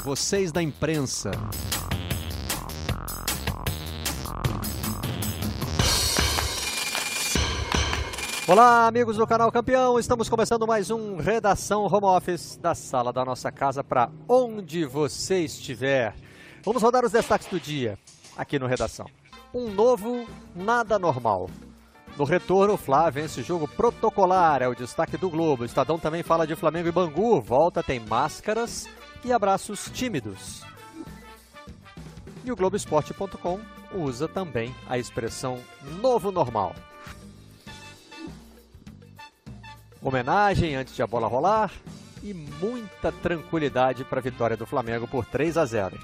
vocês da imprensa. Olá, amigos do canal Campeão, estamos começando mais um Redação Home Office da sala da nossa casa para onde você estiver. Vamos rodar os destaques do dia aqui no Redação. Um novo nada normal. No retorno, o Fla vence jogo protocolar, é o destaque do Globo. O Estadão também fala de Flamengo e Bangu, volta tem máscaras e abraços tímidos. E o Globoesporte.com usa também a expressão novo normal. Homenagem antes de a bola rolar e muita tranquilidade para a vitória do Flamengo por 3-0.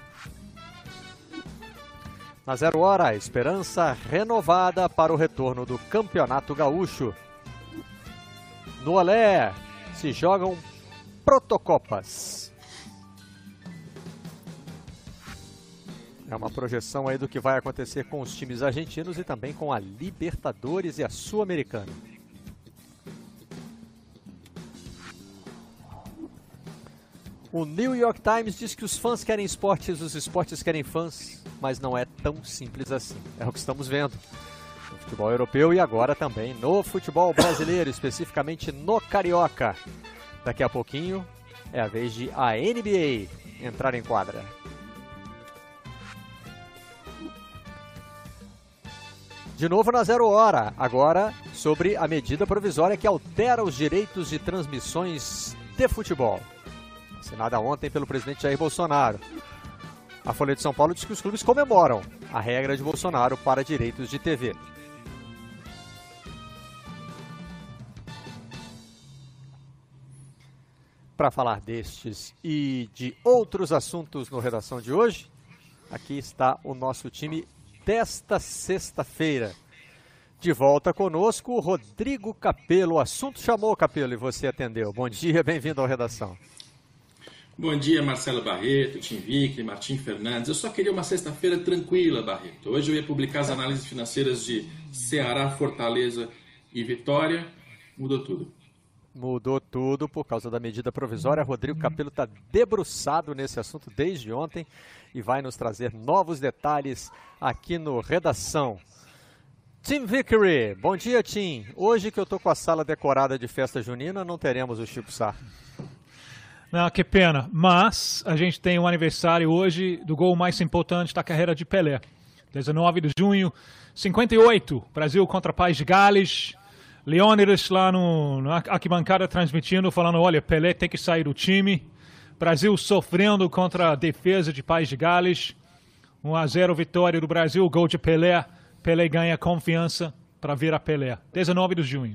Na 0 hora, esperança renovada para o retorno do Campeonato Gaúcho. No Olé, se jogam protocopas. É uma projeção aí do que vai acontecer com os times argentinos e também com a Libertadores e a Sul-Americana. O New York Times diz que os fãs querem esportes, os esportes querem fãs, mas não é tão simples assim. É o que estamos vendo no futebol europeu e agora também no futebol brasileiro, especificamente no Carioca. Daqui a pouquinho é a vez de a NBA entrar em quadra. De novo na 0 hora, agora sobre a medida provisória que altera os direitos de transmissões de futebol. Assinada ontem pelo presidente Jair Bolsonaro. A Folha de São Paulo diz que os clubes comemoram a regra de Bolsonaro para direitos de TV. Para falar destes e de outros assuntos no Redação de hoje, aqui está o nosso time desta sexta-feira. De volta conosco, Rodrigo Capello. O assunto chamou, Capello, e você atendeu. Bom dia, bem-vindo ao Redação. Bom dia, Marcelo Barreto, Tim Vickery, Martim Fernandes. Eu só queria uma sexta-feira tranquila, Barreto. Hoje eu ia publicar as análises financeiras de Ceará, Fortaleza e Vitória. Mudou tudo. Mudou tudo por causa da medida provisória. Rodrigo Capello está debruçado nesse assunto desde ontem e vai nos trazer novos detalhes aqui no Redação. Tim Vickery, bom dia, Tim. Hoje que eu estou com a sala decorada de festa junina, não teremos o Chico Sá. Não, que pena, mas a gente tem um aniversário hoje do gol mais importante da carreira de Pelé. 19 de junho, 58, Brasil contra País de Gales. Leônidas lá na arquibancada transmitindo, falando, olha, Pelé tem que sair do time. Brasil sofrendo contra a defesa de País de Gales. 1-0 vitória do Brasil, gol de Pelé. Pelé ganha confiança para virar Pelé. 19 de junho.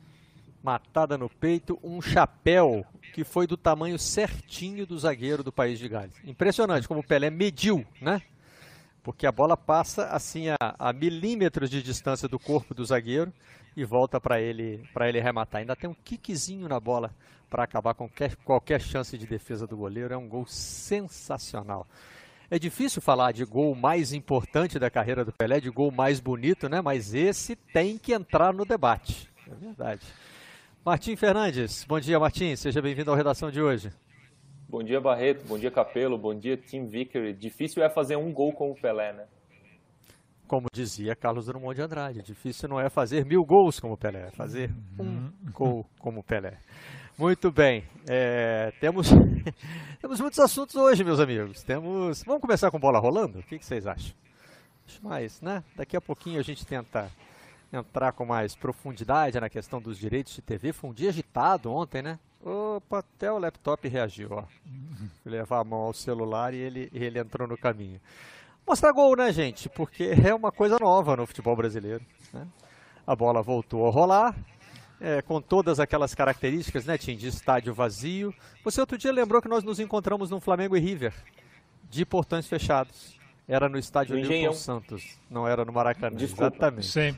Matada no peito, um chapéu que foi do tamanho certinho do zagueiro do País de Gales. Impressionante como o Pelé mediu, né? Porque a bola passa assim a milímetros de distância do corpo do zagueiro e volta para ele rematar. Ainda tem um quiquezinho na bola para acabar com qualquer chance de defesa do goleiro. É um gol sensacional. É difícil falar de gol mais importante da carreira do Pelé, de gol mais bonito, né? Mas esse tem que entrar no debate. É verdade. Martim Fernandes, bom dia, Martim, seja bem-vindo à Redação de hoje. Bom dia, Barreto, bom dia, Capello, bom dia, Tim Vickery. Difícil é fazer um gol como o Pelé, né? Como dizia Carlos Drummond de Andrade, difícil não é fazer 1000 gols como o Pelé, é fazer um gol como o Pelé. Muito bem, temos muitos assuntos hoje, meus amigos. Vamos começar com bola rolando? O que vocês acham? Acho mais, né? Daqui a pouquinho a gente tenta entrar com mais profundidade na questão dos direitos de TV. Foi um dia agitado ontem, né? Opa, até o laptop reagiu, ó. Fui levar a mão ao celular e ele entrou no caminho. Mostrar gol, né, gente? Porque é uma coisa nova no futebol brasileiro, né? A bola voltou a rolar, com todas aquelas características, né, Tim, de estádio vazio. Você outro dia lembrou que nós nos encontramos no Flamengo e River, de portões fechados. Era no estádio Newton Santos, não era no Maracanã. Desculpa. Exatamente. Sim.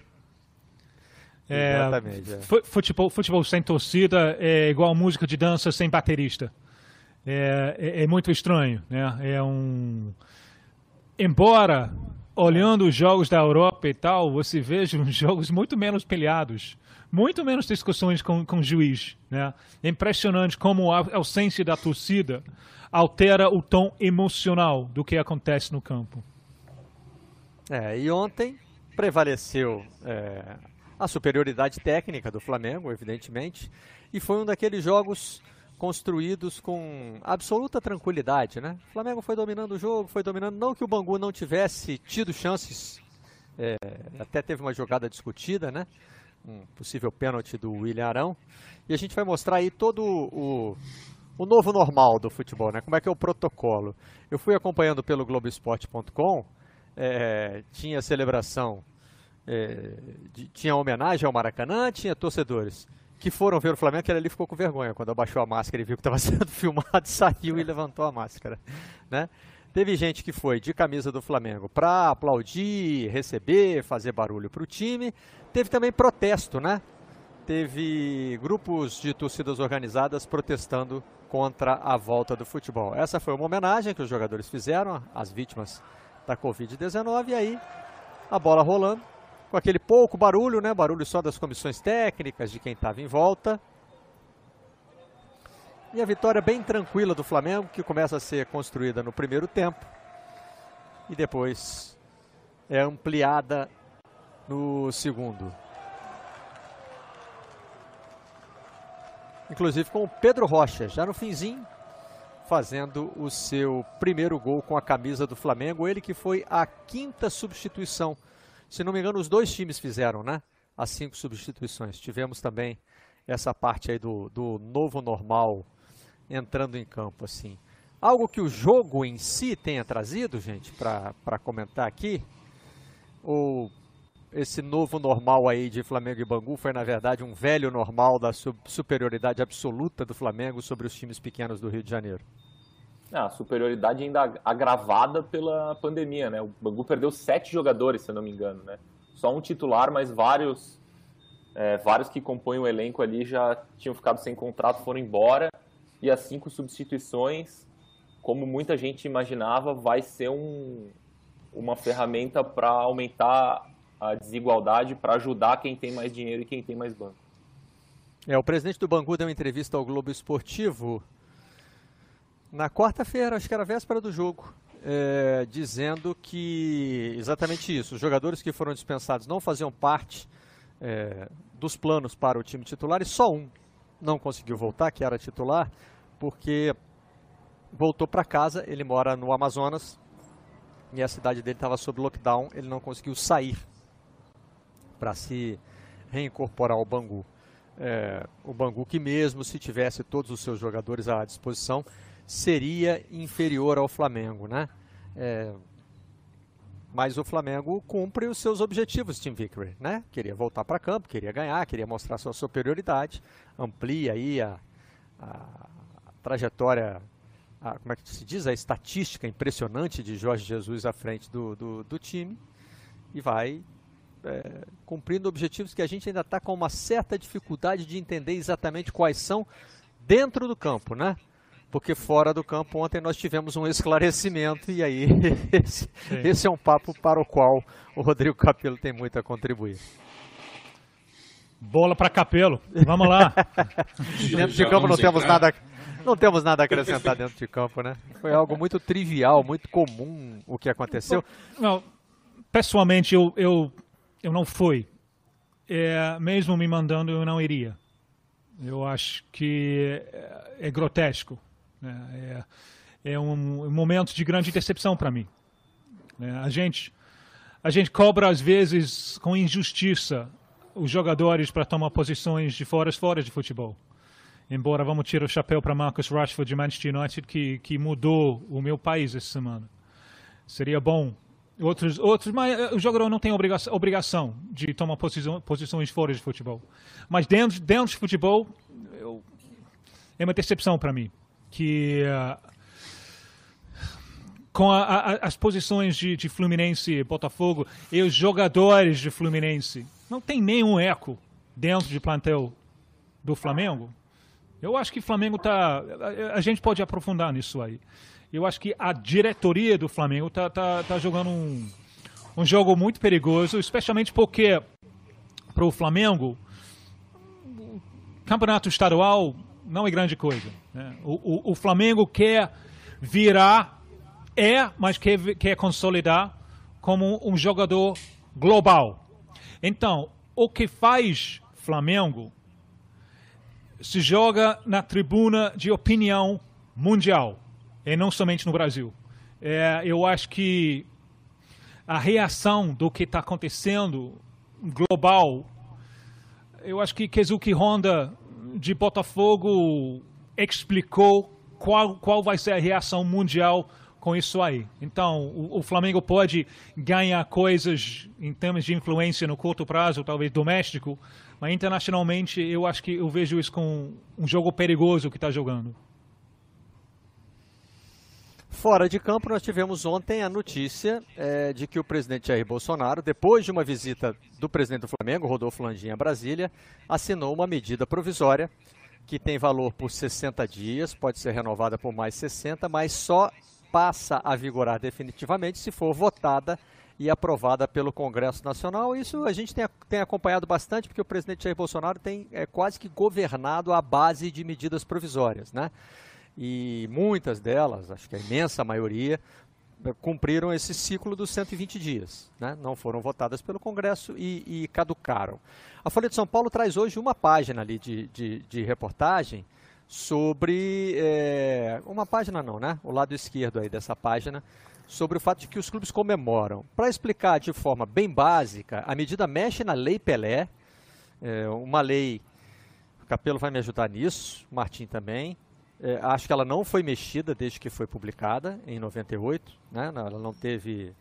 Exatamente. Futebol sem torcida é igual música de dança sem baterista. É muito estranho, né? Embora olhando os jogos da Europa e tal, você vê uns jogos muito menos peleados, muito menos discussões com o juiz, né? É impressionante como a ausência da torcida altera o tom emocional do que acontece no campo. E ontem prevaleceu a superioridade técnica do Flamengo, evidentemente, e foi um daqueles jogos construídos com absoluta tranquilidade, né? O Flamengo foi dominando o jogo, foi dominando, não que o Bangu não tivesse tido chances, até teve uma jogada discutida, né? Um possível pênalti do William Arão, e a gente vai mostrar aí todo o novo normal do futebol, né? Como é que é o protocolo. Eu fui acompanhando pelo Globoesporte.com, tinha celebração, tinha homenagem ao Maracanã, tinha torcedores que foram ver o Flamengo, que ele ali ficou com vergonha. Quando abaixou a máscara e viu que estava sendo filmado, saiu e levantou a máscara, né? Teve gente que foi de camisa do Flamengo para aplaudir, receber, fazer barulho para o time. Teve também protesto, né? Teve grupos de torcidas organizadas protestando contra a volta do futebol. Essa foi uma homenagem que os jogadores fizeram às vítimas da Covid-19, e aí a bola rolando, com aquele pouco barulho, né? Barulho só das comissões técnicas, de quem estava em volta. E a vitória bem tranquila do Flamengo, que começa a ser construída no primeiro tempo e depois é ampliada no segundo. Inclusive com o Pedro Rocha, já no finzinho, fazendo o seu primeiro gol com a camisa do Flamengo. Ele que foi a 5ª substituição. Se não me engano, os dois times fizeram, né? As 5 substituições. Tivemos também essa parte aí do novo normal entrando em campo, assim. Algo que o jogo em si tenha trazido, gente, para comentar aqui, ou esse novo normal aí de Flamengo e Bangu foi, na verdade, um velho normal da superioridade absoluta do Flamengo sobre os times pequenos do Rio de Janeiro? A superioridade ainda agravada pela pandemia, né? O Bangu perdeu 7 jogadores, se eu não me engano, né? Só um titular, mas vários que compõem o elenco ali já tinham ficado sem contrato, foram embora. E as 5 substituições, como muita gente imaginava, vai ser uma ferramenta para aumentar a desigualdade, para ajudar quem tem mais dinheiro e quem tem mais banco. O presidente do Bangu deu uma entrevista ao Globo Esportivo na quarta-feira, acho que era a véspera do jogo, dizendo que exatamente isso, os jogadores que foram dispensados não faziam parte dos planos para o time titular, e só um não conseguiu voltar, que era titular, porque voltou para casa. Ele mora no Amazonas e a cidade dele estava sob lockdown, ele não conseguiu sair para se reincorporar ao Bangu. O Bangu, que mesmo se tivesse todos os seus jogadores à disposição, seria inferior ao Flamengo, né? Mas o Flamengo cumpre os seus objetivos, Tim Vickery, né? Queria voltar para campo, queria ganhar, queria mostrar sua superioridade, amplia aí a trajetória, como é que se diz? A estatística impressionante de Jorge Jesus à frente do time, e vai cumprindo objetivos que a gente ainda está com uma certa dificuldade de entender exatamente quais são dentro do campo, né? Porque fora do campo ontem nós tivemos um esclarecimento, e aí esse é um papo para o qual o Rodrigo Capello tem muito a contribuir. Bola para Capello, vamos lá. Dentro de campo não temos nada a acrescentar dentro de campo, né? Foi algo muito trivial, muito comum o que aconteceu. Não, pessoalmente eu não fui. Mesmo me mandando, eu não iria. Eu acho que é grotesco. É um momento de grande decepção para mim. A gente cobra, às vezes, com injustiça, os jogadores para tomar posições de fora de futebol. Embora vamos tirar o chapéu para Marcus Rashford de Manchester United, que mudou o meu país essa semana. Seria bom. Mas o jogador não tem obrigação de tomar posições fora de futebol. Mas dentro de futebol, é uma decepção para mim. Que com as posições de Fluminense e Botafogo e os jogadores de Fluminense, não tem nenhum eco dentro de plantel do Flamengo. Eu acho que o Flamengo a gente pode aprofundar nisso aí. Eu acho que a diretoria do Flamengo tá jogando um um jogo muito perigoso, especialmente porque para o Flamengo, o campeonato estadual não é grande coisa, né? O Flamengo quer virar, mas quer consolidar como um jogador global. Então, o que faz Flamengo se joga na tribuna de opinião mundial, e não somente no Brasil. Eu acho que a reação do que está acontecendo global, eu acho que Keisuke Honda de Botafogo explicou qual vai ser a reação mundial com isso aí. Então, o Flamengo pode ganhar coisas em termos de influência no curto prazo, talvez doméstico, mas internacionalmente eu acho que eu vejo isso com um jogo perigoso que está jogando. Fora de campo, nós tivemos ontem a notícia de que o presidente Jair Bolsonaro, depois de uma visita do presidente do Flamengo, Rodolfo Landim, a Brasília, assinou uma medida provisória que tem valor por 60 dias, pode ser renovada por mais 60, mas só passa a vigorar definitivamente se for votada e aprovada pelo Congresso Nacional. Isso a gente tem acompanhado bastante, porque o presidente Jair Bolsonaro tem quase que governado à base de medidas provisórias, né? E muitas delas, acho que a imensa maioria, cumpriram esse ciclo dos 120 dias, né? Não foram votadas pelo Congresso e caducaram. A Folha de São Paulo traz hoje uma página ali de reportagem sobre, uma página não, né? O lado esquerdo aí dessa página, sobre o fato de que os clubes comemoram. Para explicar de forma bem básica, a medida mexe na Lei Pelé, uma lei, o Capello vai me ajudar nisso, o Martim também. Acho que ela não foi mexida desde que foi publicada, em 98, né? Ela não teve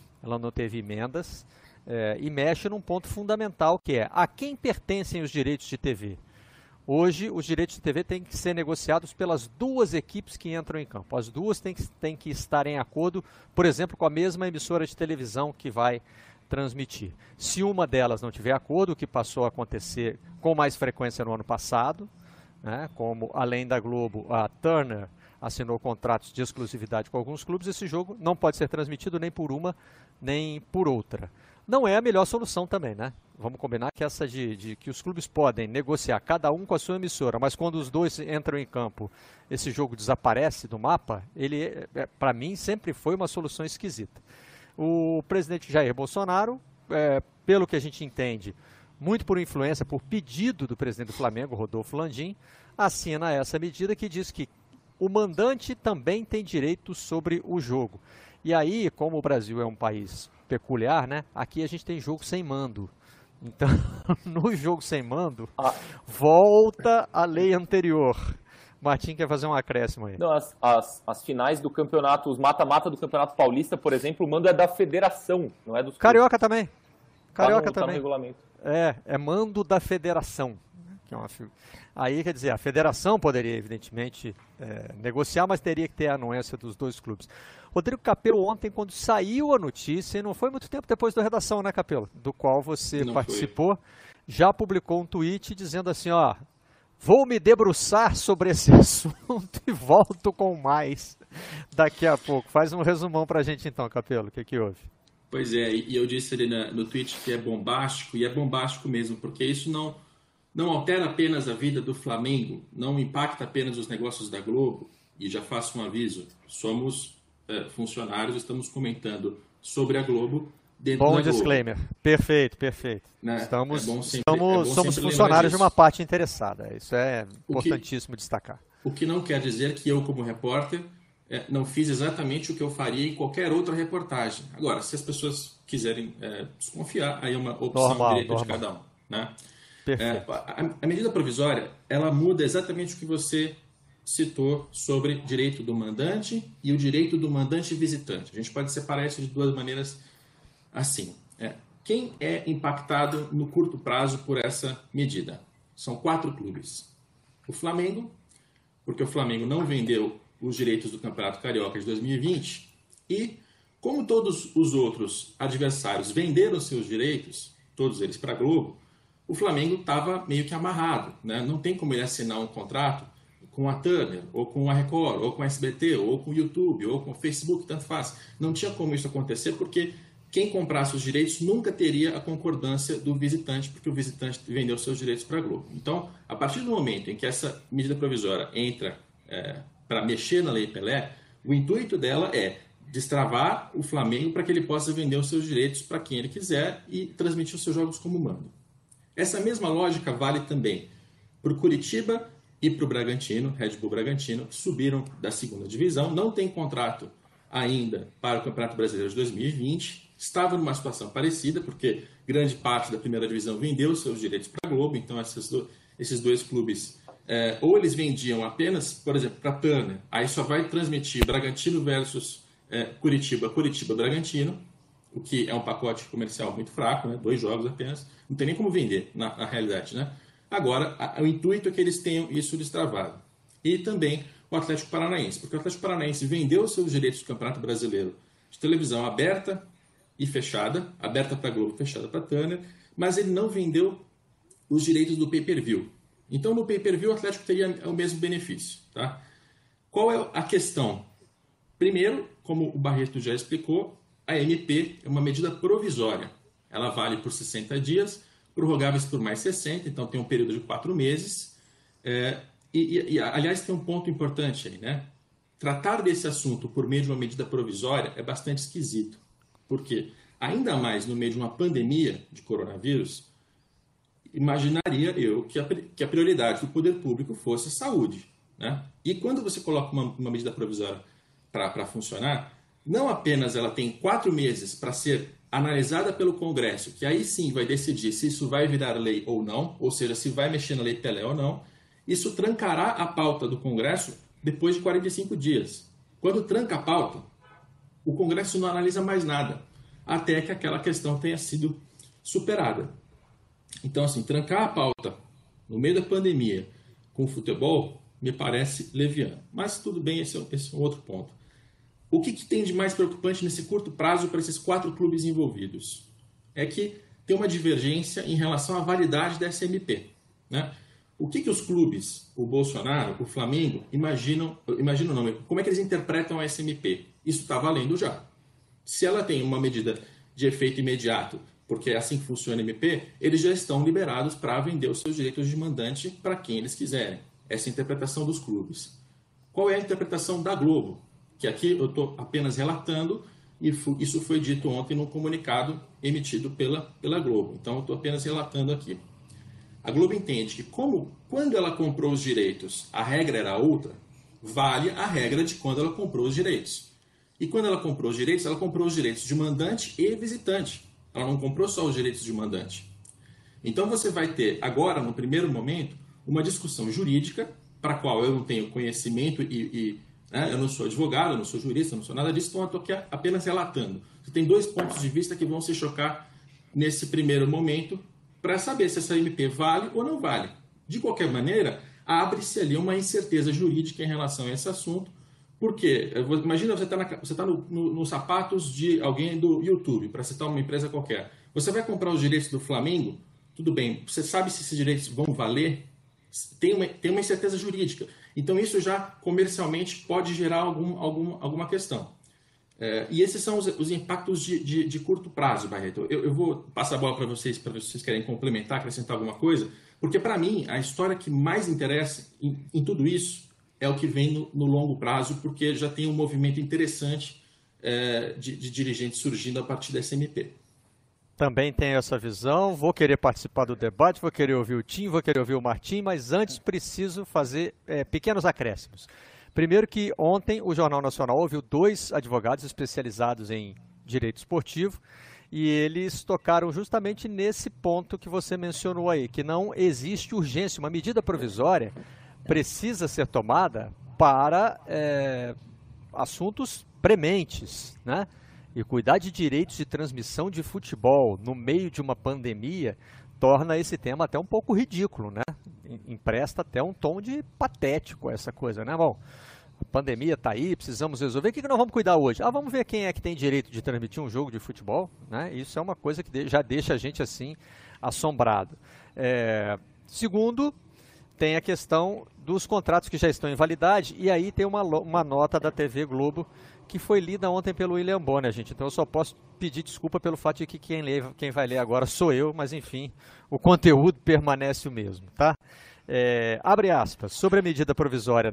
emendas, e mexe num ponto fundamental, que é a quem pertencem os direitos de TV. Hoje, os direitos de TV têm que ser negociados pelas duas equipes que entram em campo. As duas têm que estar em acordo, por exemplo, com a mesma emissora de televisão que vai transmitir. Se uma delas não tiver acordo, o que passou a acontecer com mais frequência no ano passado, né, como além da Globo, a Turner assinou contratos de exclusividade com alguns clubes, esse jogo não pode ser transmitido nem por uma, nem por outra. Não é a melhor solução também, né? Vamos combinar que essa de que os clubes podem negociar cada um com a sua emissora, mas quando os dois entram em campo, esse jogo desaparece do mapa, ele, para mim, sempre foi uma solução esquisita. O presidente Jair Bolsonaro, pelo que a gente entende, muito por influência, por pedido do presidente do Flamengo, Rodolfo Landim, assina essa medida que diz que o mandante também tem direito sobre o jogo. E aí, como o Brasil é um país peculiar, né? Aqui a gente tem jogo sem mando. Então, no jogo sem mando, volta a lei anterior. Martim quer fazer um acréscimo aí. Não, as finais do campeonato, os mata-mata do Campeonato Paulista, por exemplo, o mando é da federação, não é dos Carioca também. Carioca tá no também. regulamento. É mando da federação. Que é aí, quer dizer, a federação poderia, evidentemente, negociar, mas teria que ter a anuência dos dois clubes. Rodrigo Capello, ontem, quando saiu a notícia, e não foi muito tempo depois da redação, né, Capello? Do qual você participou, já publicou um tweet dizendo assim, ó, vou me debruçar sobre esse assunto e volto com mais daqui a pouco. Faz um resumão pra gente então, Capello, o que houve? Pois é, e eu disse ali no tweet que é bombástico, e é bombástico mesmo, porque isso não altera apenas a vida do Flamengo, não impacta apenas os negócios da Globo, e já faço um aviso, somos funcionários, estamos comentando sobre a Globo dentro da Globo. Bom disclaimer, perfeito. Né? Somos funcionários de uma parte interessada, isso é importantíssimo destacar. O que não quer dizer que eu, como repórter, não fiz exatamente o que eu faria em qualquer outra reportagem. Agora, se as pessoas quiserem desconfiar, aí é uma opção direita de cada um. Né? A medida provisória, ela muda exatamente o que você citou sobre direito do mandante e o direito do mandante visitante. A gente pode separar isso de duas maneiras assim. Quem é impactado no curto prazo por essa medida? São 4 clubes. O Flamengo, porque o Flamengo não vendeu os direitos do Campeonato Carioca de 2020 e, como todos os outros adversários venderam seus direitos, todos eles para a Globo, o Flamengo estava meio que amarrado, né? Não tem como ele assinar um contrato com a Turner, ou com a Record, ou com a SBT, ou com o YouTube, ou com o Facebook, tanto faz. Não tinha como isso acontecer porque quem comprasse os direitos nunca teria a concordância do visitante, porque o visitante vendeu seus direitos para a Globo. Então, a partir do momento em que essa medida provisória entra para mexer na Lei Pelé, o intuito dela é destravar o Flamengo para que ele possa vender os seus direitos para quem ele quiser e transmitir os seus jogos como manda. Essa mesma lógica vale também para o Curitiba e para o Bragantino, Red Bull Bragantino, que subiram da segunda divisão, não tem contrato ainda para o Campeonato Brasileiro de 2020, estava numa situação parecida, porque grande parte da primeira divisão vendeu seus direitos para a Globo, então esses dois clubes, ou eles vendiam apenas, por exemplo, para a Turner, aí só vai transmitir Bragantino versus Curitiba, Bragantino, o que é um pacote comercial muito fraco, né? 2 jogos apenas, não tem nem como vender na realidade, né? Agora, o intuito é que eles tenham isso destravado. E também o Atlético Paranaense, porque o Atlético Paranaense vendeu seus direitos do Campeonato Brasileiro de televisão aberta e fechada, aberta para a Globo, fechada para a Turner, mas ele não vendeu os direitos do pay-per-view. Então, no pay-per-view, o Atlético teria o mesmo benefício. Tá? Qual é a questão? Primeiro, como o Barreto já explicou, a MP é uma medida provisória. Ela vale por 60 dias, prorrogáveis por mais 60, então tem um período de 4 meses. Aliás, tem um ponto importante aí, né? Tratar desse assunto por meio de uma medida provisória é bastante esquisito. Porque, ainda mais no meio de uma pandemia de coronavírus, imaginaria eu que a prioridade do poder público fosse saúde. Né? E quando você coloca uma medida provisória para funcionar, não apenas ela tem 4 meses para ser analisada pelo Congresso, que aí sim vai decidir se isso vai virar lei ou não, ou seja, se vai mexer na Lei Pelé ou não, isso trancará a pauta do Congresso depois de 45 dias. Quando tranca a pauta, o Congresso não analisa mais nada, até que aquela questão tenha sido superada. Então, assim, trancar a pauta no meio da pandemia com o futebol me parece leviano. Mas tudo bem, esse é um outro ponto. O que tem de mais preocupante nesse curto prazo para esses 4 clubes envolvidos? É que tem uma divergência em relação à validade da SMP. Né? O que os clubes, o Bolsonaro, o Flamengo, como é que eles interpretam a SMP? Isso está valendo já. Se ela tem uma medida de efeito imediato, porque é assim que funciona a MP, eles já estão liberados para vender os seus direitos de mandante para quem eles quiserem. Essa é a interpretação dos clubes. Qual é a interpretação da Globo? Que aqui eu estou apenas relatando, e isso foi dito ontem num comunicado emitido pela Globo. Então eu estou apenas relatando aqui. A Globo entende que quando ela comprou os direitos, a regra era outra, vale a regra de quando ela comprou os direitos. E quando ela comprou os direitos de mandante e visitante. Ela não comprou só os direitos de mandante. Então você vai ter agora, no primeiro momento, uma discussão jurídica, para a qual eu não tenho conhecimento eu não sou advogado, eu não sou jurista, eu não sou nada disso, então eu estou aqui apenas relatando. Você tem 2 pontos de vista que vão se chocar nesse primeiro momento para saber se essa MP vale ou não vale. De qualquer maneira, abre-se ali uma incerteza jurídica em relação a esse assunto, porque, imagina, você está nos sapatos de alguém do YouTube, para citar uma empresa qualquer. Você vai comprar os direitos do Flamengo, tudo bem, você sabe se esses direitos vão valer? Tem uma incerteza jurídica. Então, isso já comercialmente pode gerar alguma questão. E esses são os impactos de curto prazo, Barreto. Eu vou passar a bola para vocês querem complementar, acrescentar alguma coisa, porque, para mim, a história que mais interessa em tudo isso é o que vem no longo prazo, porque já tem um movimento interessante de dirigentes surgindo a partir da SMP. Também tenho essa visão, vou querer participar do debate, vou querer ouvir o Tim, vou querer ouvir o Martim, mas antes preciso fazer pequenos acréscimos. Primeiro que ontem o Jornal Nacional ouviu 2 advogados especializados em direito esportivo e eles tocaram justamente nesse ponto que você mencionou aí, que não existe urgência, uma medida provisória precisa ser tomada para assuntos prementes, né? E cuidar de direitos de transmissão de futebol no meio de uma pandemia torna esse tema até um pouco ridículo, né? Empresta até um tom de patético essa coisa, né? Bom, a pandemia está aí, precisamos resolver. O que nós vamos cuidar hoje? Vamos ver quem é que tem direito de transmitir um jogo de futebol, né? Isso é uma coisa que já deixa a gente assim assombrado. Segundo, tem a questão dos contratos que já estão em validade, e aí tem uma nota da TV Globo que foi lida ontem pelo William Bonner, gente. Então eu só posso pedir desculpa pelo fato de que quem vai ler agora sou eu, mas enfim, o conteúdo permanece o mesmo, tá? Abre aspas, sobre a medida provisória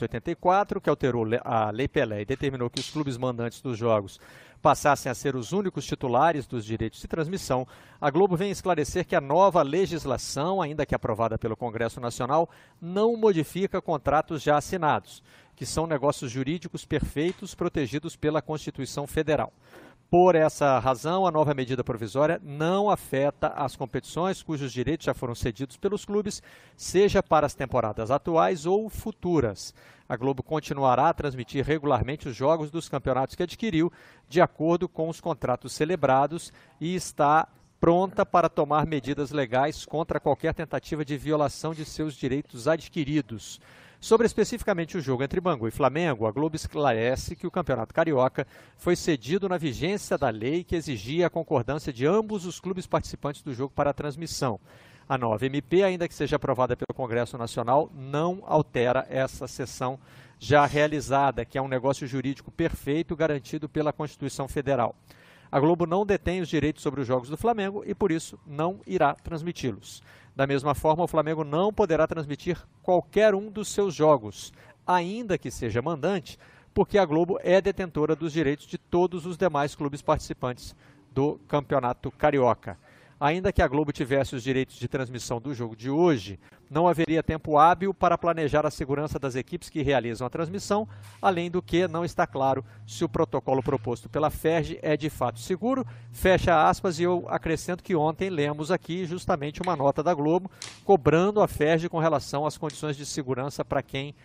984, que alterou a Lei Pelé e determinou que os clubes mandantes dos jogos passassem a ser os únicos titulares dos direitos de transmissão, a Globo vem esclarecer que a nova legislação, ainda que aprovada pelo Congresso Nacional, não modifica contratos já assinados, que são negócios jurídicos perfeitos protegidos pela Constituição Federal. Por essa razão, a nova medida provisória não afeta as competições cujos direitos já foram cedidos pelos clubes, seja para as temporadas atuais ou futuras. A Globo continuará a transmitir regularmente os jogos dos campeonatos que adquiriu, de acordo com os contratos celebrados, e está pronta para tomar medidas legais contra qualquer tentativa de violação de seus direitos adquiridos. Sobre especificamente o jogo entre Bangu e Flamengo, a Globo esclarece que o Campeonato Carioca foi cedido na vigência da lei que exigia a concordância de ambos os clubes participantes do jogo para a transmissão. A nova MP, ainda que seja aprovada pelo Congresso Nacional, não altera essa cessão já realizada, que é um negócio jurídico perfeito garantido pela Constituição Federal. A Globo não detém os direitos sobre os jogos do Flamengo e, por isso, não irá transmiti-los. Da mesma forma, o Flamengo não poderá transmitir qualquer um dos seus jogos, ainda que seja mandante, porque a Globo é detentora dos direitos de todos os demais clubes participantes do Campeonato Carioca. Ainda que a Globo tivesse os direitos de transmissão do jogo de hoje, não haveria tempo hábil para planejar a segurança das equipes que realizam a transmissão, além do que não está claro se o protocolo proposto pela FERJ é de fato seguro. Fecha aspas, e eu acrescento que ontem lemos aqui justamente uma nota da Globo cobrando a FERJ com relação às condições de segurança para quem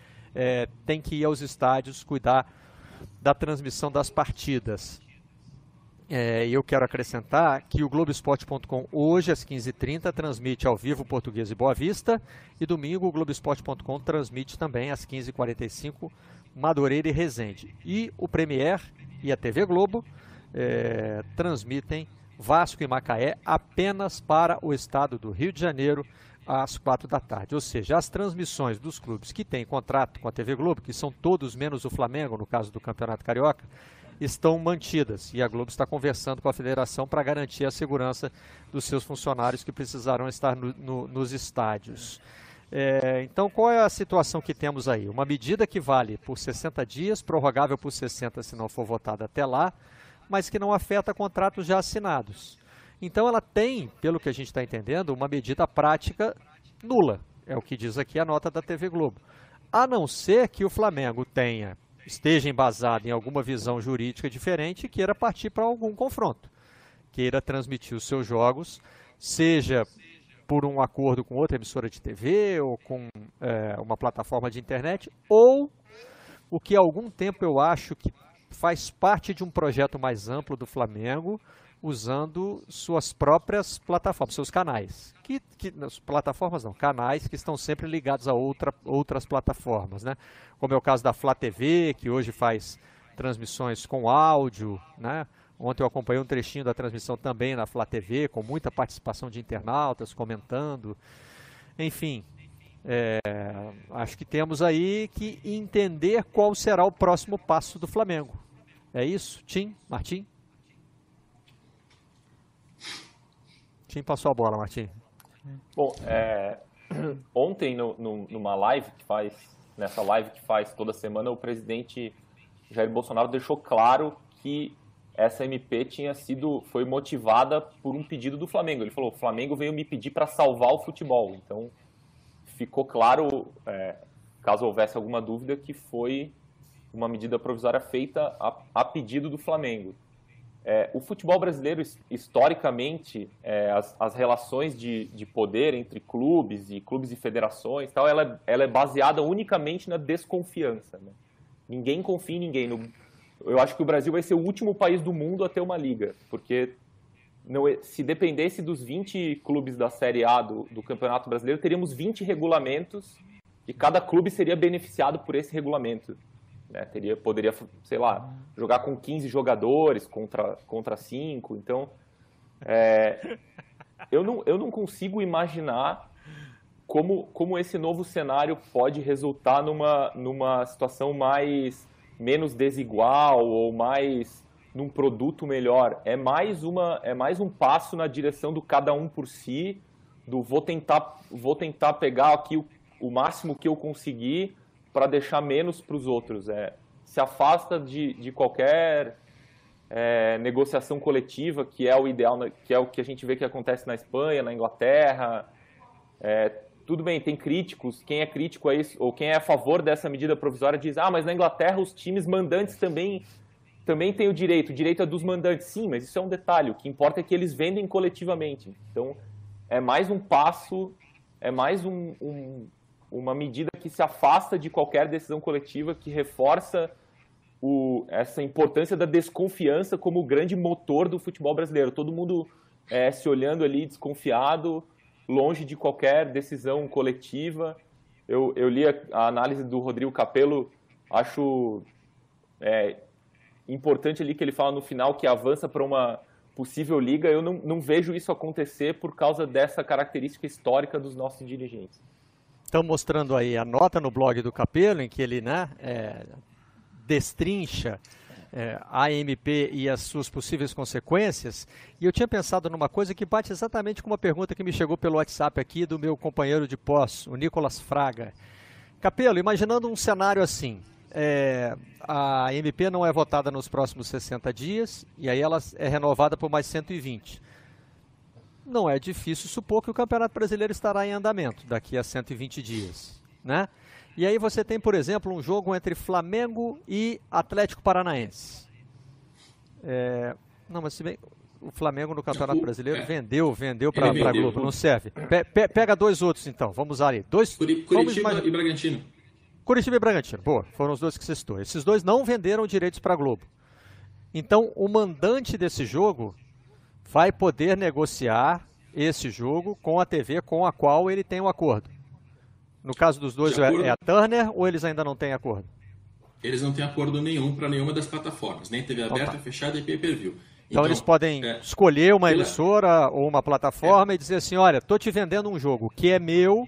tem que ir aos estádios cuidar da transmissão das partidas. E eu quero acrescentar que o Globoesporte.com hoje às 15h30 transmite ao vivo Português e Boa Vista, e domingo o Globoesporte.com transmite também às 15h45 Madureira e Resende. E o Premier e a TV Globo transmitem Vasco e Macaé apenas para o estado do Rio de Janeiro às 16h. Ou seja, as transmissões dos clubes que têm contrato com a TV Globo, que são todos menos o Flamengo no caso do Campeonato Carioca, estão mantidas, e a Globo está conversando com a federação para garantir a segurança dos seus funcionários que precisarão estar nos estádios. Então, qual é a situação que temos aí? Uma medida que vale por 60 dias, prorrogável por 60 se não for votada até lá, mas que não afeta contratos já assinados. Então, ela tem, pelo que a gente está entendendo, uma medida prática nula, é o que diz aqui a nota da TV Globo. A não ser que o Flamengo esteja embasado em alguma visão jurídica diferente e queira partir para algum confronto. Queira transmitir os seus jogos, seja por um acordo com outra emissora de TV ou com uma plataforma de internet, ou o que há algum tempo eu acho que faz parte de um projeto mais amplo do Flamengo, usando suas próprias plataformas, seus canais. Plataformas não, canais que estão sempre ligados a outras plataformas, né? Como é o caso da Flá TV, que hoje faz transmissões com áudio, né? Ontem eu acompanhei um trechinho da transmissão também na Flá TV, com muita participação de internautas comentando. Enfim, acho que temos aí que entender qual será o próximo passo do Flamengo. É isso, Tim, Martim? Tim passou a bola, Martim. Bom, ontem numa live nessa live que faz toda semana, o presidente Jair Bolsonaro deixou claro que essa MP foi motivada por um pedido do Flamengo. Ele falou: o Flamengo veio me pedir para salvar o futebol. Então, ficou claro, caso houvesse alguma dúvida, que foi uma medida provisória feita a pedido do Flamengo. O futebol brasileiro, historicamente, as relações de poder entre clubes e federações, tal, ela é baseada unicamente na desconfiança, né? Ninguém confia em ninguém. Eu acho que o Brasil vai ser o último país do mundo a ter uma liga, porque se dependesse dos 20 clubes da Série A do Campeonato Brasileiro, teríamos 20 regulamentos e cada clube seria beneficiado por esse regulamento. Né? Poderia, sei lá, jogar com 15 jogadores contra 5. Então, eu não consigo imaginar como esse novo cenário pode resultar numa situação menos desigual ou mais num produto melhor. É mais um passo na direção do cada um por si, do vou tentar pegar aqui o máximo que eu conseguir para deixar menos para os outros. Se afasta de qualquer negociação coletiva, que é o ideal, que é o que a gente vê que acontece na Espanha, na Inglaterra. Tudo bem, tem críticos, quem é crítico a isso, ou quem é a favor dessa medida provisória diz, mas na Inglaterra os times mandantes também têm o direito é dos mandantes. Sim, mas isso é um detalhe, o que importa é que eles vendem coletivamente. Então, é mais um passo, é mais uma medida que se afasta de qualquer decisão coletiva, que reforça essa importância da desconfiança como o grande motor do futebol brasileiro. Todo mundo se olhando ali desconfiado, longe de qualquer decisão coletiva. Eu li a análise do Rodrigo Capello, acho importante ali que ele fala no final que avança para uma possível liga. Eu não vejo isso acontecer por causa dessa característica histórica dos nossos dirigentes. Estão mostrando aí a nota no blog do Capello, em que ele destrincha a AMP e as suas possíveis consequências, e eu tinha pensado numa coisa que bate exatamente com uma pergunta que me chegou pelo WhatsApp aqui do meu companheiro de pós, o Nicolas Fraga. Capello, imaginando um cenário assim, a AMP não é votada nos próximos 60 dias, e aí ela é renovada por mais 120. Não é difícil supor que o Campeonato Brasileiro estará em andamento daqui a 120 dias, né? E aí você tem, por exemplo, um jogo entre Flamengo e Atlético Paranaense. Não, mas se bem, o Flamengo no Campeonato Brasileiro vendeu para a Globo, não serve. Pega dois outros então, vamos usar aí. Curitiba e Bragantino. Curitiba e Bragantino, boa, foram os dois que você citou. Esses dois não venderam direitos para a Globo. Então, o mandante desse jogo vai poder negociar esse jogo com a TV com a qual ele tem um acordo. No caso dos dois, é a Turner ou eles ainda não têm acordo? Eles não têm acordo nenhum para nenhuma das plataformas, nem TV aberta, fechada e pay-per-view. Então eles podem escolher uma emissora ou uma plataforma e dizer assim, olha, estou te vendendo um jogo que é meu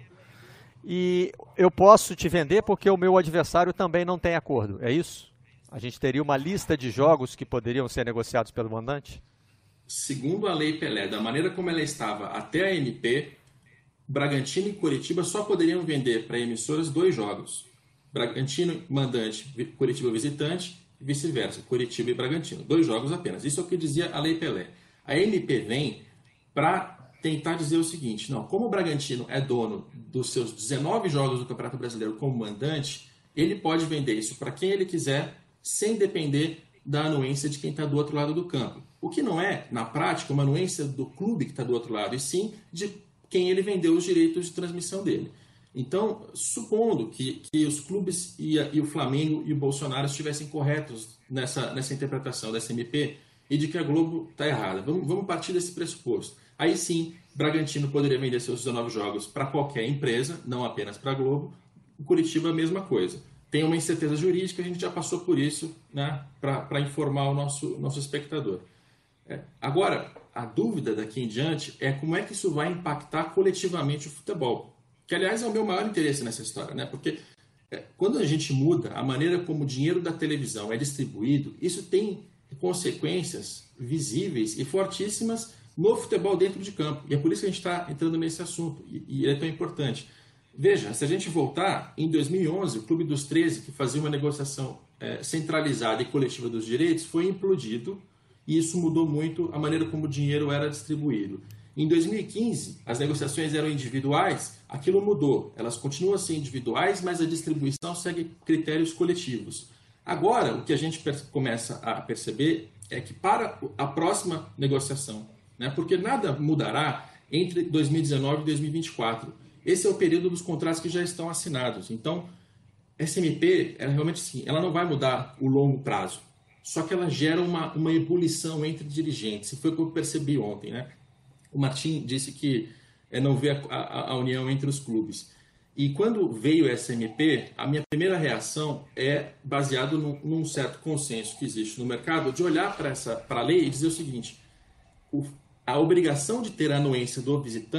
e eu posso te vender porque o meu adversário também não tem acordo. É isso? A gente teria uma lista de jogos que poderiam ser negociados pelo mandante? Segundo a Lei Pelé, da maneira como ela estava até a MP, Bragantino e Curitiba só poderiam vender para emissoras 2 jogos. Bragantino mandante, Curitiba visitante, e vice-versa, Curitiba e Bragantino. 2 jogos apenas. Isso é o que dizia a Lei Pelé. A MP vem para tentar dizer o seguinte, não, como o Bragantino é dono dos seus 19 jogos do Campeonato Brasileiro como mandante, ele pode vender isso para quem ele quiser, sem depender da anuência de quem está do outro lado do campo. O que não é, na prática, uma anuência do clube que está do outro lado, e sim de quem ele vendeu os direitos de transmissão dele. Então, supondo que os clubes e o Flamengo e o Bolsonaro estivessem corretos nessa interpretação dessa MP e de que a Globo está errada, vamos partir desse pressuposto. Aí sim, Bragantino poderia vender seus 19 jogos para qualquer empresa, não apenas para a Globo. O Curitiba a mesma coisa. Tem uma incerteza jurídica, a gente já passou por isso, né, para informar o nosso espectador. Agora, a dúvida daqui em diante é como é que isso vai impactar coletivamente o futebol. Que, aliás, é o meu maior interesse nessa história, né? Porque quando a gente muda a maneira como o dinheiro da televisão é distribuído, isso tem consequências visíveis e fortíssimas no futebol dentro de campo. E é por isso que a gente está entrando nesse assunto, e é tão importante. Veja, se a gente voltar, em 2011, o Clube dos 13, que fazia uma negociação centralizada e coletiva dos direitos, foi implodido, e isso mudou muito a maneira como o dinheiro era distribuído. Em 2015, as negociações eram individuais, aquilo mudou. Elas continuam a ser individuais, mas a distribuição segue critérios coletivos. Agora, o que a gente começa a perceber é que para a próxima negociação, né, porque nada mudará entre 2019 e 2024, esse é o período dos contratos que já estão assinados. Então, essa MP, ela realmente sim, ela não vai mudar o longo prazo, só que ela gera uma ebulição entre dirigentes. E foi o que eu percebi ontem, né? O Martim disse que não vê a união entre os clubes. E quando veio essa MP, a minha primeira reação é baseado num certo consenso que existe no mercado de olhar para a lei e dizer o seguinte: a obrigação de ter a anuência do visitante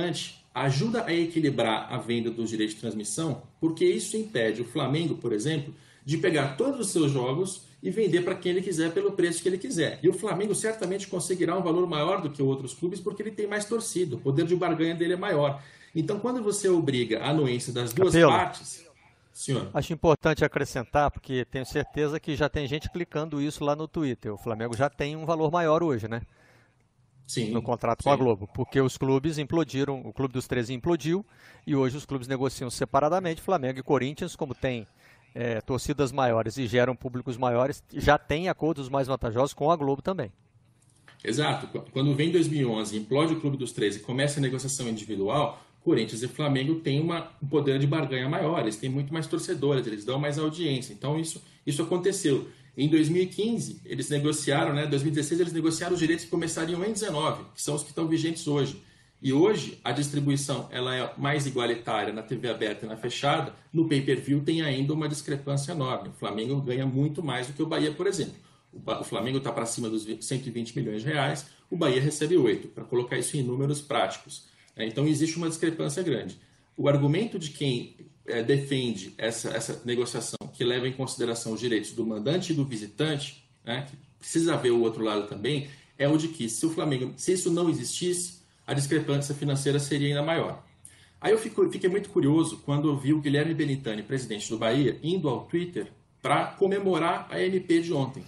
ajuda a equilibrar a venda dos direitos de transmissão, porque isso impede o Flamengo, por exemplo, de pegar todos os seus jogos e vender para quem ele quiser pelo preço que ele quiser. E o Flamengo certamente conseguirá um valor maior do que outros clubes porque ele tem mais torcida, o poder de barganha dele é maior. Então, quando você obriga a anuência das duas partes... Senhor. Acho importante acrescentar, porque tenho certeza que já tem gente clicando isso lá no Twitter. O Flamengo já tem um valor maior hoje, né? Sim, no contrato com a Globo, porque os clubes implodiram, o Clube dos 13 implodiu e hoje os clubes negociam separadamente. Flamengo e Corinthians, como tem torcidas maiores e geram públicos maiores, já tem acordos mais vantajosos com a Globo também. Exato. Quando vem 2011 implode o Clube dos 13 e começa a negociação individual, Corinthians e Flamengo têm um poder de barganha maior, eles têm muito mais torcedores, eles dão mais audiência. Então isso aconteceu. Em 2015, eles negociaram, né? Em 2016, eles negociaram os direitos que começariam em 19, que são os que estão vigentes hoje. E hoje, a distribuição ela é mais igualitária na TV aberta e na fechada. No pay-per-view tem ainda uma discrepância enorme. O Flamengo ganha muito mais do que o Bahia, por exemplo. O Flamengo está para cima dos 120 milhões de reais, o Bahia recebe 8, para colocar isso em números práticos. Então, existe uma discrepância grande. O argumento de quem defende essa negociação, que leva em consideração os direitos do mandante e do visitante, né, que precisa ver o outro lado também, é o de que se isso não existisse, a discrepância financeira seria ainda maior. Aí eu fiquei muito curioso quando eu vi o Guilherme Belintani, presidente do Bahia, indo ao Twitter para comemorar a MP de ontem.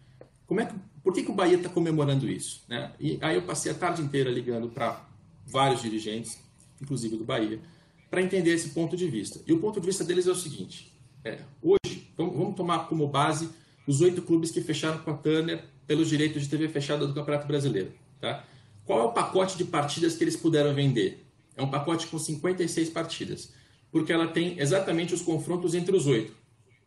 Por que o Bahia está comemorando isso? Né? E aí eu passei a tarde inteira ligando para vários dirigentes, inclusive do Bahia, para entender esse ponto de vista. E o ponto de vista deles é o seguinte: hoje, vamos tomar como base os 8 clubes que fecharam com a Turner pelos direitos de TV fechada do Campeonato Brasileiro. Tá? Qual é o pacote de partidas que eles puderam vender? É um pacote com 56 partidas, porque ela tem exatamente os confrontos entre os 8.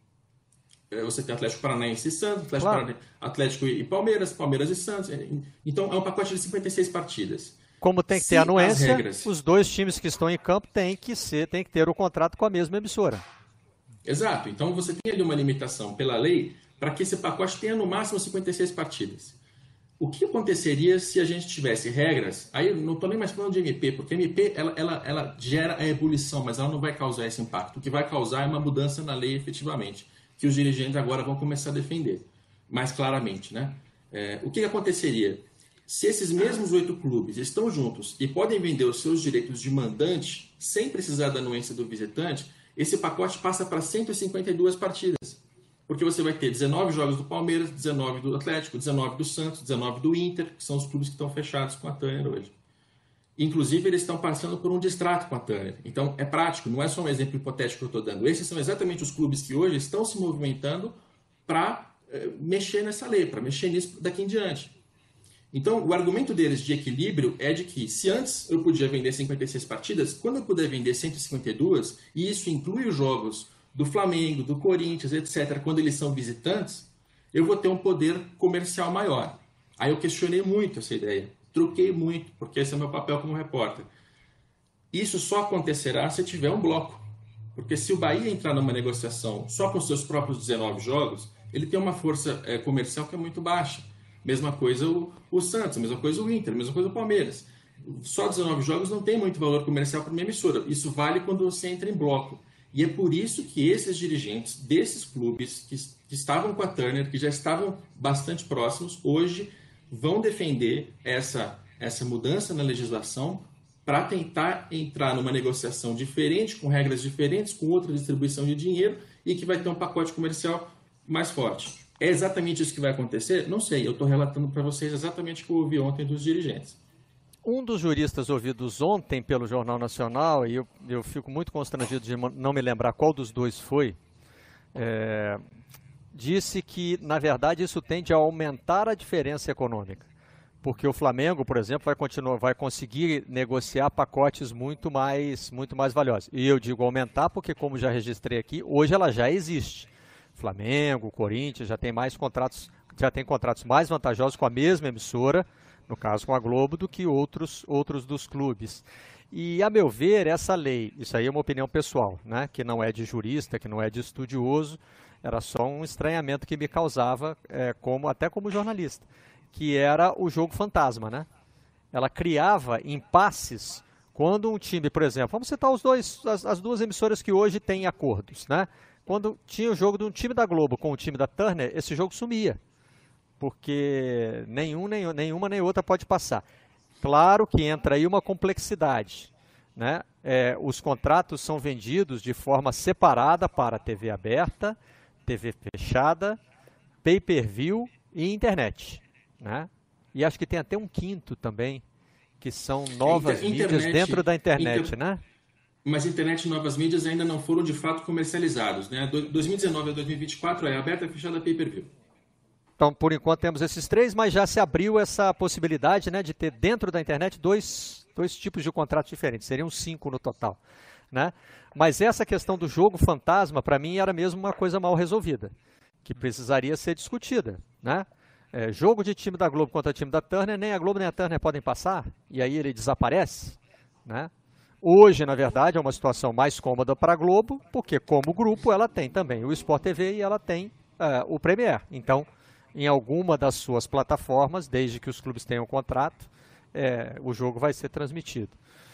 Você tem Atlético Paranaense e Santos, Atlético e Palmeiras, Palmeiras e Santos. Então, é um pacote de 56 partidas. Como tem que ter anuência, os 2 times que estão em campo têm que ter o contrato com a mesma emissora. Exato. Então, você tem ali uma limitação pela lei para que esse pacote tenha no máximo 56 partidas. O que aconteceria se a gente tivesse regras? Aí eu não estou nem mais falando de MP, porque a MP ela gera a ebulição, mas ela não vai causar esse impacto. O que vai causar é uma mudança na lei efetivamente, que os dirigentes agora vão começar a defender mais claramente, né? O que aconteceria? Se esses mesmos 8 clubes estão juntos e podem vender os seus direitos de mandante sem precisar da anuência do visitante, esse pacote passa para 152 partidas. Porque você vai ter 19 jogos do Palmeiras, 19 do Atlético, 19 do Santos, 19 do Inter, que são os clubes que estão fechados com a Turner hoje. Inclusive, eles estão passando por um distrato com a Turner. Então, é prático, não é só um exemplo hipotético que eu estou dando. Esses são exatamente os clubes que hoje estão se movimentando para mexer nessa lei, para mexer nisso daqui em diante. Então, o argumento deles de equilíbrio é de que, se antes eu podia vender 56 partidas, quando eu puder vender 152, e isso inclui os jogos do Flamengo, do Corinthians, etc., quando eles são visitantes, eu vou ter um poder comercial maior. Aí eu questionei muito essa ideia, troquei muito, porque esse é o meu papel como repórter. Isso só acontecerá se tiver um bloco, porque se o Bahia entrar numa negociação só com seus próprios 19 jogos, ele tem uma força comercial que é muito baixa. Mesma coisa o Santos, mesma coisa o Inter, mesma coisa o Palmeiras. Só 19 jogos não tem muito valor comercial para uma emissora. Isso vale quando você entra em bloco. E é por isso que esses dirigentes desses clubes que estavam com a Turner, que já estavam bastante próximos, hoje vão defender essa mudança na legislação para tentar entrar numa negociação diferente, com regras diferentes, com outra distribuição de dinheiro e que vai ter um pacote comercial mais forte. É exatamente isso que vai acontecer? Não sei, eu estou relatando para vocês exatamente o que eu ouvi ontem dos dirigentes. Um dos juristas ouvidos ontem pelo Jornal Nacional, e eu fico muito constrangido de não me lembrar qual dos 2 foi, disse que, na verdade, isso tende a aumentar a diferença econômica. Porque o Flamengo, por exemplo, vai conseguir negociar pacotes muito mais valiosos. E eu digo aumentar porque, como já registrei aqui, hoje ela já existe. Flamengo, Corinthians, já tem contratos mais vantajosos com a mesma emissora, no caso com a Globo, do que outros dos clubes. E, a meu ver, essa lei, isso aí é uma opinião pessoal, né, que não é de jurista, que não é de estudioso, era só um estranhamento que me causava, até como jornalista, que era o jogo fantasma, né? Ela criava impasses Quando um time, por exemplo, vamos citar as duas emissoras que hoje têm acordos, né? Quando tinha o jogo de um time da Globo com o time da Turner, esse jogo sumia, porque nenhuma nem outra pode passar. Claro que entra aí uma complexidade, né? Os contratos são vendidos de forma separada para TV aberta, TV fechada, pay-per-view e internet, né? E acho que tem até um quinto também, que são novas mídias dentro da internet, né? Mas internet e novas mídias ainda não foram de fato comercializados, né? 2019 a 2024 é aberta, fechada, pay-per-view. Então, por enquanto temos esses 3, mas já se abriu essa possibilidade, né, de ter dentro da internet dois tipos de contratos diferentes. Seriam 5 no total, né? Mas essa questão do jogo fantasma, para mim, era mesmo uma coisa mal resolvida, que precisaria ser discutida, né? Jogo de time da Globo contra time da Turner, nem a Globo nem a Turner podem passar, e aí ele desaparece, né? Hoje, na verdade, é uma situação mais cômoda para a Globo, porque como grupo ela tem também o Sport TV e ela tem o Premier. Então, em alguma das suas plataformas, desde que os clubes tenham contrato, o jogo vai ser transmitido.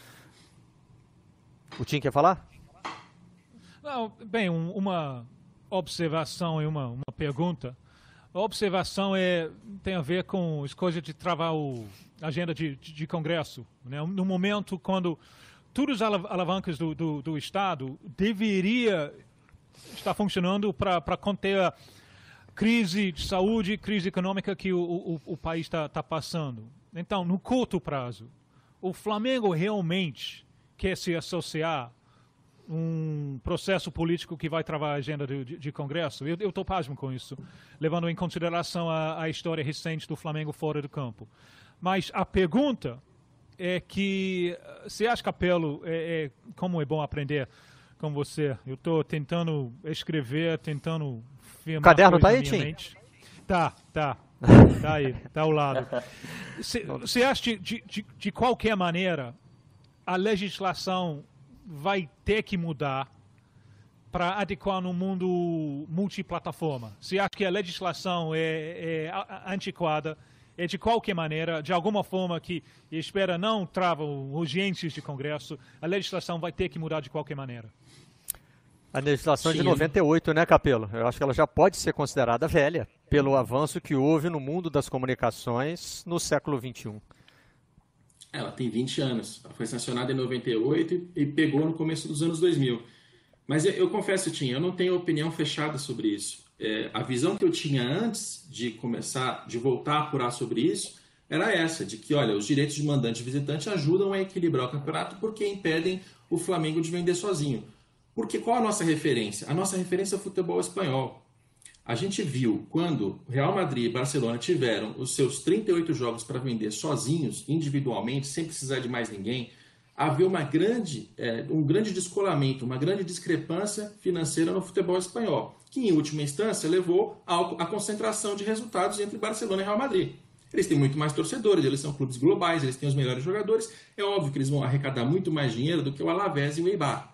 O Tim quer falar? Não, bem, uma observação e uma pergunta. A observação tem a ver com as coisas de travar a agenda de Congresso, né? No momento quando todas as alavancas do Estado deveria estar funcionando para conter a crise de saúde, crise econômica que o país está passando. Então, no curto prazo, o Flamengo realmente quer se associar um processo político que vai travar a agenda de Congresso? Eu estou pasmo com isso, levando em consideração a história recente do Flamengo fora do campo. Mas a pergunta é que, você acha, Capello, como é bom aprender com você? Eu estou tentando escrever, tentando firmar... O caderno está aí, Tim? Tá aí, tá ao lado. Você acha de qualquer maneira a legislação vai ter que mudar para adequar no mundo multiplataforma? Você acha que a legislação é antiquada? De qualquer maneira, de alguma forma que espera não trava urgências de Congresso, a legislação vai ter que mudar de qualquer maneira? A legislação é de 98, né, Capello? Eu acho que ela já pode ser considerada velha pelo avanço que houve no mundo das comunicações no século XXI. Ela tem 20 anos. Ela foi sancionada em 98 e pegou no começo dos anos 2000. Mas eu confesso, Tim, eu não tenho opinião fechada sobre isso. A visão que eu tinha antes de voltar a apurar sobre isso, era essa, de que, olha, os direitos de mandante e visitante ajudam a equilibrar o campeonato porque impedem o Flamengo de vender sozinho. Porque qual a nossa referência? A nossa referência é o futebol espanhol. A gente viu quando Real Madrid e Barcelona tiveram os seus 38 jogos para vender sozinhos, individualmente, sem precisar de mais ninguém, havia um grande descolamento, uma grande discrepância financeira no futebol espanhol, que em última instância levou à concentração de resultados entre Barcelona e Real Madrid. Eles têm muito mais torcedores, eles são clubes globais, eles têm os melhores jogadores, é óbvio que eles vão arrecadar muito mais dinheiro do que o Alavés e o Eibar.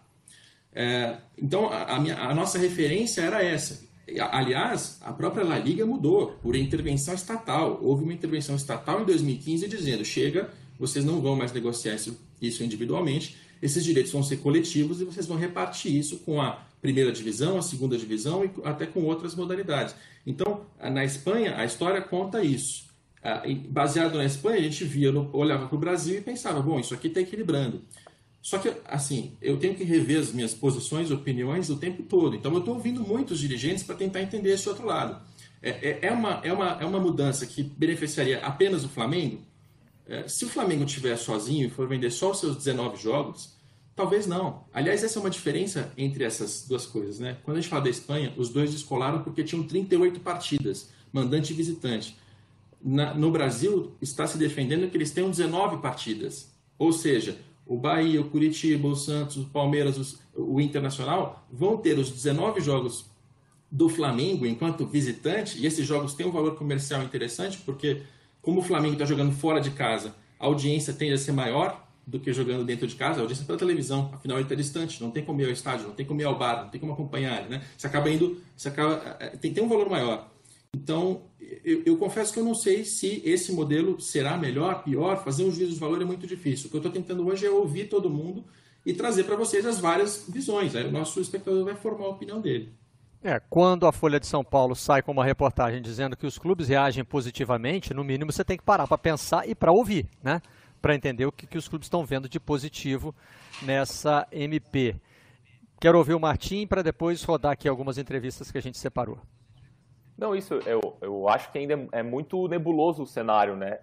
Então a nossa referência era essa. Aliás, a própria La Liga mudou por intervenção estatal. Houve uma intervenção estatal em 2015 dizendo: chega, vocês não vão mais negociar isso individualmente, esses direitos vão ser coletivos e vocês vão repartir isso com a primeira divisão, a segunda divisão e até com outras modalidades. Então, na Espanha, a história conta isso. Baseado na Espanha, a gente olhava para o Brasil e pensava: bom, isso aqui está equilibrando. Só que, assim, eu tenho que rever as minhas posições, opiniões o tempo todo. Então, eu estou ouvindo muitos dirigentes para tentar entender esse outro lado. É uma mudança que beneficiaria apenas o Flamengo? Se o Flamengo estiver sozinho e for vender só os seus 19 jogos, talvez não. Aliás, essa é uma diferença entre essas duas coisas, né? Quando a gente fala da Espanha, os dois descolaram porque tinham 38 partidas, mandante e visitante. No Brasil, está se defendendo que eles tenham 19 partidas. Ou seja, o Bahia, o Curitiba, o Santos, o Palmeiras, o Internacional vão ter os 19 jogos do Flamengo enquanto visitante, e esses jogos têm um valor comercial interessante, porque como o Flamengo está jogando fora de casa, a audiência tende a ser maior do que jogando dentro de casa, a audiência pela televisão, afinal ele está distante, não tem como ir ao estádio, não tem como ir ao bar, não tem como acompanhar, né? Tem um valor maior. Então, eu confesso que eu não sei se esse modelo será melhor, pior. Fazer um juízo de valor é muito difícil. O que eu estou tentando hoje é ouvir todo mundo e trazer para vocês as várias visões. Aí o nosso espectador vai formar a opinião dele. Quando a Folha de São Paulo sai com uma reportagem dizendo que os clubes reagem positivamente, no mínimo você tem que parar para pensar e para ouvir, né? Para entender o que os clubes estão vendo de positivo nessa MP. Quero ouvir o Martim para depois rodar aqui algumas entrevistas que a gente separou. Não, isso, eu acho que ainda é muito nebuloso o cenário, né?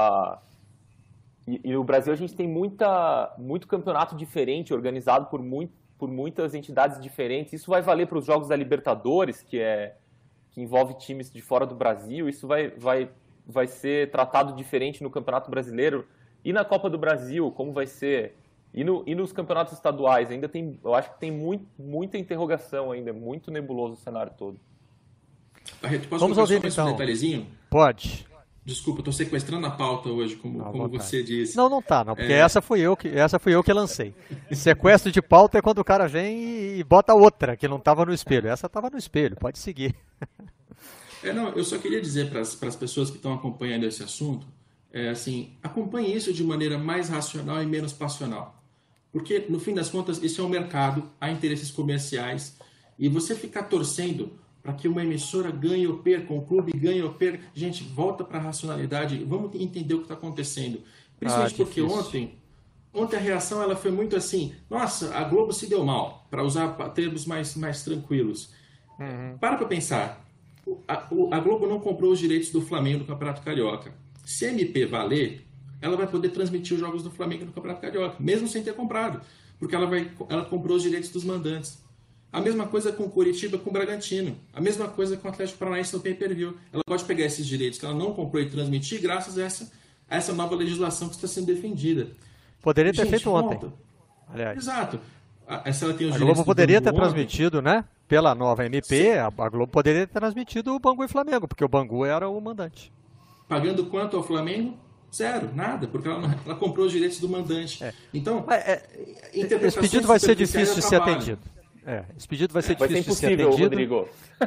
E no Brasil a gente tem muito campeonato diferente, organizado por muitas entidades diferentes. Isso vai valer para os jogos da Libertadores, que envolve times de fora do Brasil. Isso vai ser tratado diferente no Campeonato Brasileiro. E na Copa do Brasil, como vai ser? E nos campeonatos estaduais, ainda eu acho que tem muita interrogação ainda, muito nebuloso o cenário todo. Barreto, posso colocar só mais um detalhezinho? Pode. Desculpa, estou sequestrando a pauta hoje, como você disse. Não tá, porque essa fui eu que lancei. Sequestro de pauta é quando o cara vem e bota outra, que não estava no espelho. Essa estava no espelho, pode seguir. Eu só queria dizer para as pessoas que estão acompanhando esse assunto, acompanhe isso de maneira mais racional e menos passional. Porque, no fim das contas, isso é um mercado, há interesses comerciais, e você ficar torcendo para que uma emissora ganhe ou perca, um clube ganhe ou perca. Gente, volta para a racionalidade, vamos entender o que está acontecendo. Principalmente porque ontem a reação ela foi muito assim, nossa, a Globo se deu mal, para usar termos mais tranquilos. Para pensar, a Globo não comprou os direitos do Flamengo no Campeonato Carioca. Se a MP valer, ela vai poder transmitir os jogos do Flamengo no Campeonato Carioca, mesmo sem ter comprado, porque ela comprou os direitos dos mandantes. A mesma coisa com Curitiba, com Bragantino. A mesma coisa com o Atlético Paranaense no pay-per-view. Ela pode pegar esses direitos que ela não comprou e transmitir graças a essa nova legislação que está sendo defendida. Poderia ter feito ontem, aliás. Exato. Se ela tem os a Globo poderia ter ontem, transmitido, né? Pela nova MP, a Globo poderia ter transmitido o Bangu e Flamengo, porque o Bangu era o mandante. Pagando quanto ao Flamengo? Zero, nada, porque ela comprou os direitos do mandante. Então, esse pedido vai ser difícil de ser atendido. Esse pedido vai ser difícil de ser atendido. Rodrigo.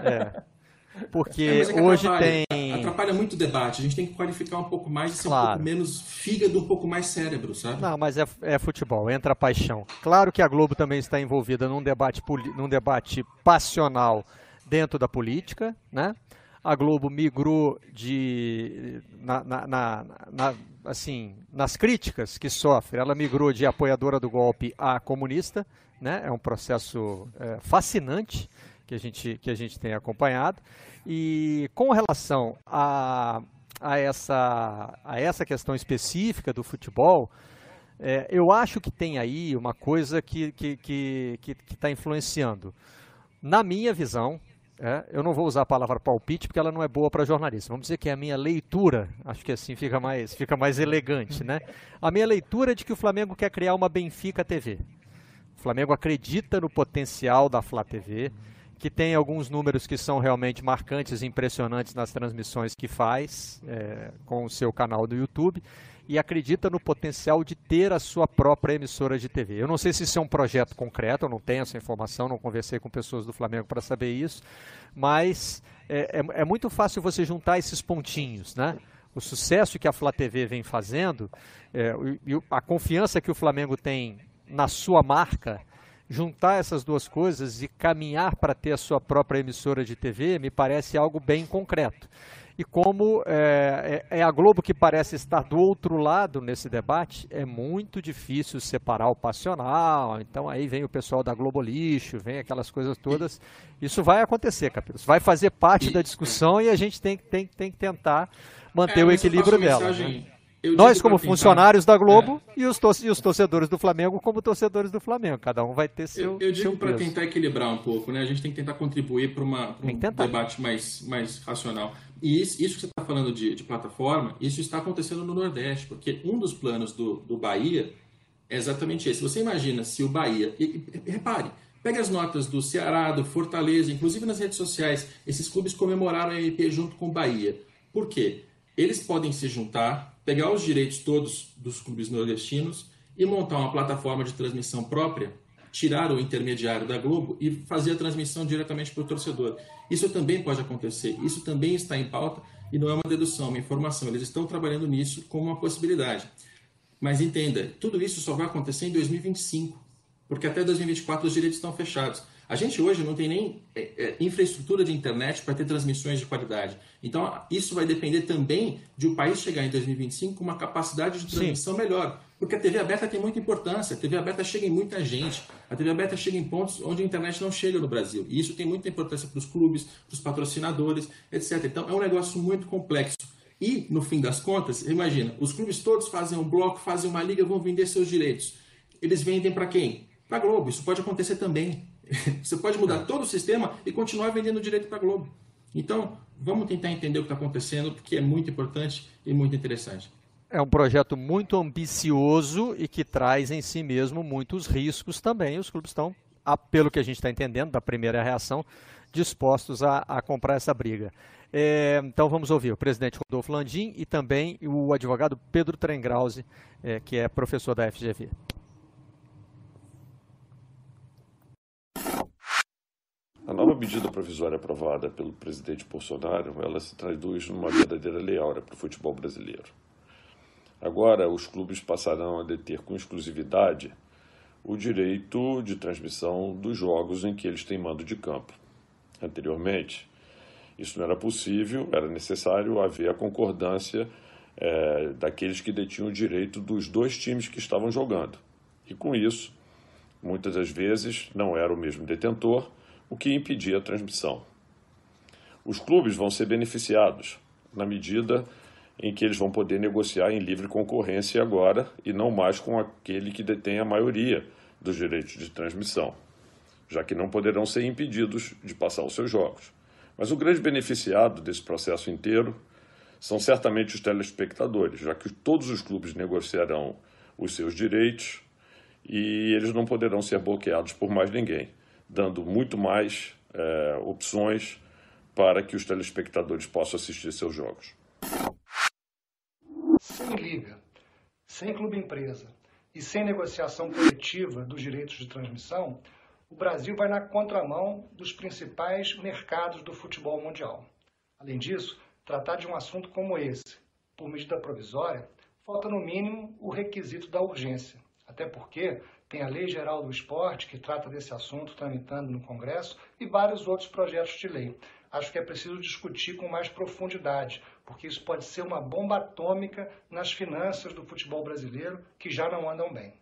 Porque hoje atrapalha muito o debate. A gente tem que qualificar um pouco mais e ser um pouco menos fígado, um pouco mais cérebro, sabe? Não, mas é futebol, entra a paixão. Claro que a Globo também está envolvida num debate passional dentro da política, né? A Globo migrou nas críticas que sofre, ela migrou de apoiadora do golpe a comunista, né? É um processo fascinante que a gente tem acompanhado. E com relação a essa questão específica do futebol, eu acho que tem aí uma coisa que está influenciando. Na minha visão, eu não vou usar a palavra palpite porque ela não é boa para jornalista. Vamos dizer que é a minha leitura, acho que assim fica mais elegante, né? A minha leitura é de que o Flamengo quer criar uma Benfica TV. O Flamengo acredita no potencial da Flá TV, que tem alguns números que são realmente marcantes e impressionantes nas transmissões que faz com o seu canal do YouTube, e acredita no potencial de ter a sua própria emissora de TV. Eu não sei se isso é um projeto concreto, eu não tenho essa informação, não conversei com pessoas do Flamengo para saber isso, mas é muito fácil você juntar esses pontinhos, né? O sucesso que a Flá TV vem fazendo, e a confiança que o Flamengo tem na sua marca, juntar essas duas coisas e caminhar para ter a sua própria emissora de TV, me parece algo bem concreto. E como é a Globo que parece estar do outro lado nesse debate, é muito difícil separar o passional. Então aí vem o pessoal da Globo Lixo, vem aquelas coisas todas. Isso vai acontecer, Capilos. Vai fazer parte da discussão e a gente tem que tentar manter o equilíbrio dela. Né? Nós como funcionários da Globo e os torcedores do Flamengo como torcedores do Flamengo. Cada um vai ter seu Eu digo para peso. tentar equilibrar um pouco, né? A gente tem que tentar contribuir para um debate mais racional. E isso que você está falando de plataforma, isso está acontecendo no Nordeste, porque um dos planos do Bahia é exatamente esse. Você imagina se o Bahia... repare, pegue as notas do Ceará, do Fortaleza, inclusive nas redes sociais, esses clubes comemoraram a MP junto com o Bahia. Por quê? Eles podem se juntar, pegar os direitos todos dos clubes nordestinos e montar uma plataforma de transmissão própria tirar o intermediário da Globo e fazer a transmissão diretamente para o torcedor. Isso também pode acontecer, isso também está em pauta e não é uma dedução, é uma informação. Eles estão trabalhando nisso como uma possibilidade. Mas entenda, tudo isso só vai acontecer em 2025, porque até 2024 os direitos estão fechados. A gente hoje não tem nem infraestrutura de internet para ter transmissões de qualidade. Então, isso vai depender também de o país chegar em 2025 com uma capacidade de transmissão melhor. Porque a TV aberta tem muita importância, a TV aberta chega em muita gente, a TV aberta chega em pontos onde a internet não chega no Brasil. E isso tem muita importância para os clubes, para os patrocinadores, etc. Então, é um negócio muito complexo. E, no fim das contas, imagina, os clubes todos fazem um bloco, fazem uma liga, vão vender seus direitos. Eles vendem para quem? Para a Globo. Isso pode acontecer também. Você pode mudar todo o sistema e continuar vendendo direito para a Globo. Então, vamos tentar entender o que está acontecendo, porque é muito importante e muito interessante. É um projeto muito ambicioso e que traz em si mesmo muitos riscos também. Os clubes estão, pelo que a gente está entendendo, da primeira reação, dispostos a comprar essa briga. Então vamos ouvir o presidente Rodolfo Landim e também o advogado Pedro Trengrause, que é professor da FGV. A nova medida provisória aprovada pelo presidente Bolsonaro, ela se traduz numa verdadeira lei áurea para o futebol brasileiro. Agora, os clubes passarão a deter com exclusividade o direito de transmissão dos jogos em que eles têm mando de campo. Anteriormente, isso não era possível, era necessário haver a concordância daqueles que detinham o direito dos dois times que estavam jogando. E com isso, muitas das vezes, não era o mesmo detentor, o que impedia a transmissão. Os clubes vão ser beneficiados na medida em que eles vão poder negociar em livre concorrência agora e não mais com aquele que detém a maioria dos direitos de transmissão, já que não poderão ser impedidos de passar os seus jogos. Mas o grande beneficiado desse processo inteiro são certamente os telespectadores, já que todos os clubes negociarão os seus direitos e eles não poderão ser bloqueados por mais ninguém, dando muito mais opções para que os telespectadores possam assistir seus jogos. Sem liga, sem clube empresa e sem negociação coletiva dos direitos de transmissão, o Brasil vai na contramão dos principais mercados do futebol mundial. Além disso, tratar de um assunto como esse, por medida provisória, falta no mínimo o requisito da urgência, até porque tem a Lei Geral do Esporte, que trata desse assunto, tramitando no Congresso, e vários outros projetos de lei. Acho que é preciso discutir com mais profundidade, porque isso pode ser uma bomba atômica nas finanças do futebol brasileiro, que já não andam bem.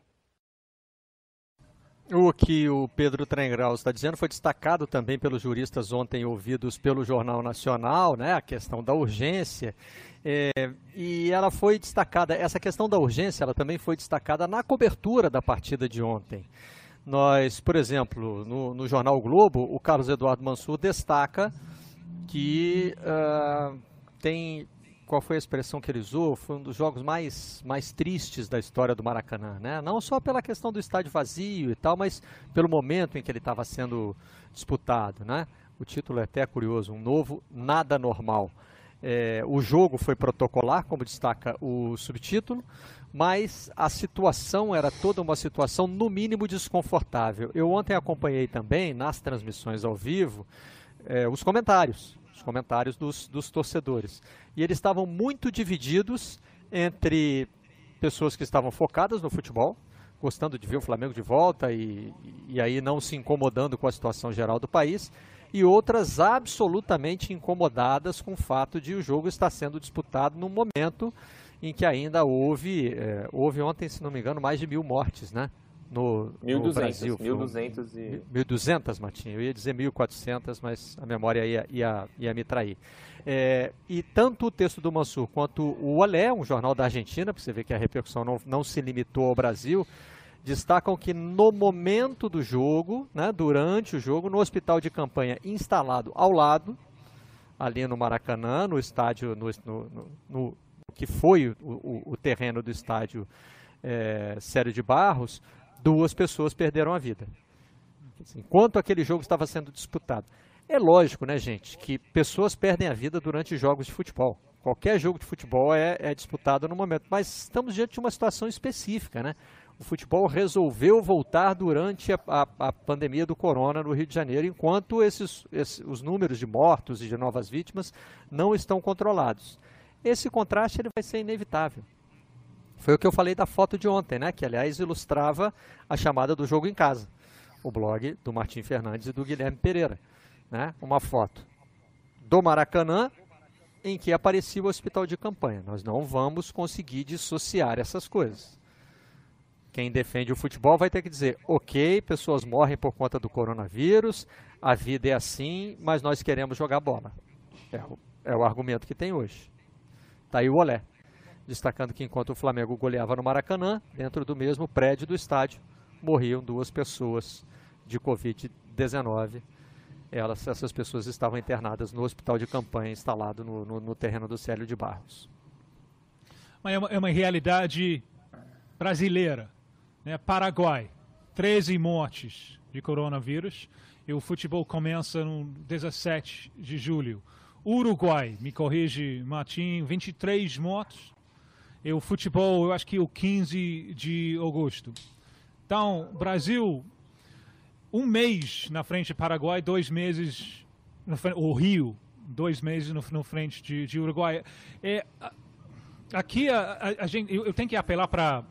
O que o Pedro Trengrause está dizendo foi destacado também pelos juristas ontem ouvidos pelo Jornal Nacional, né, a questão da urgência, e ela foi destacada, essa questão da urgência, ela também foi destacada na cobertura da partida de ontem. Nós, por exemplo, no Jornal o Globo, o Carlos Eduardo Mansur destaca que tem... Qual foi a expressão que ele usou? Foi um dos jogos mais tristes da história do Maracanã, né? Não só pela questão do estádio vazio e tal, mas pelo momento em que ele estava sendo disputado, né? O título é até curioso, um novo nada normal. O jogo foi protocolar, como destaca o subtítulo, mas a situação era toda uma situação no mínimo desconfortável. Eu ontem acompanhei também, nas transmissões ao vivo, os comentários dos torcedores. E eles estavam muito divididos entre pessoas que estavam focadas no futebol, gostando de ver o Flamengo de volta e aí não se incomodando com a situação geral do país, e outras absolutamente incomodadas com o fato de o jogo estar sendo disputado num momento em que ainda houve ontem, se não me engano, mais de 1.000 mortes, né? No Brasil. 1.200, Martinho. Eu ia dizer 1.400, mas a memória ia me trair. E tanto o texto do Mansur quanto o Olé, um jornal da Argentina, para você ver que a repercussão não se limitou ao Brasil, destacam que no momento do jogo, né, durante o jogo, no hospital de campanha instalado ao lado, ali no Maracanã, no estádio, no que foi o terreno do estádio Célio de Barros, 2 pessoas perderam a vida, enquanto aquele jogo estava sendo disputado. É lógico, né, gente, que pessoas perdem a vida durante jogos de futebol. Qualquer jogo de futebol é disputado no momento, mas estamos diante de uma situação específica, né? O futebol resolveu voltar durante a pandemia do corona no Rio de Janeiro, enquanto os números de mortos e de novas vítimas não estão controlados. Esse contraste ele vai ser inevitável. Foi o que eu falei da foto de ontem, né? Que, aliás, ilustrava a chamada do jogo em casa. O blog do Martim Fernandes e do Guilherme Pereira. Né? Uma foto do Maracanã em que aparecia o hospital de campanha. Nós não vamos conseguir dissociar essas coisas. Quem defende o futebol vai ter que dizer, ok, pessoas morrem por conta do coronavírus, a vida é assim, mas nós queremos jogar bola. É o argumento que tem hoje. Está aí o Olé, destacando que enquanto o Flamengo goleava no Maracanã, dentro do mesmo prédio do estádio, morriam 2 pessoas de Covid-19. Essas pessoas estavam internadas no hospital de campanha instalado no terreno do Célio de Barros. Mas é uma realidade brasileira. Né? Paraguai, 13 mortes de coronavírus, e o futebol começa no 17 de julho. Uruguai, me corrige, Martim, 23 mortos, e o futebol, eu acho que o 15 de agosto. Então, Brasil, 1 mês na frente de Paraguai, 2 meses, o Rio, 2 meses no frente de Uruguai. Aqui eu tenho que apelar para...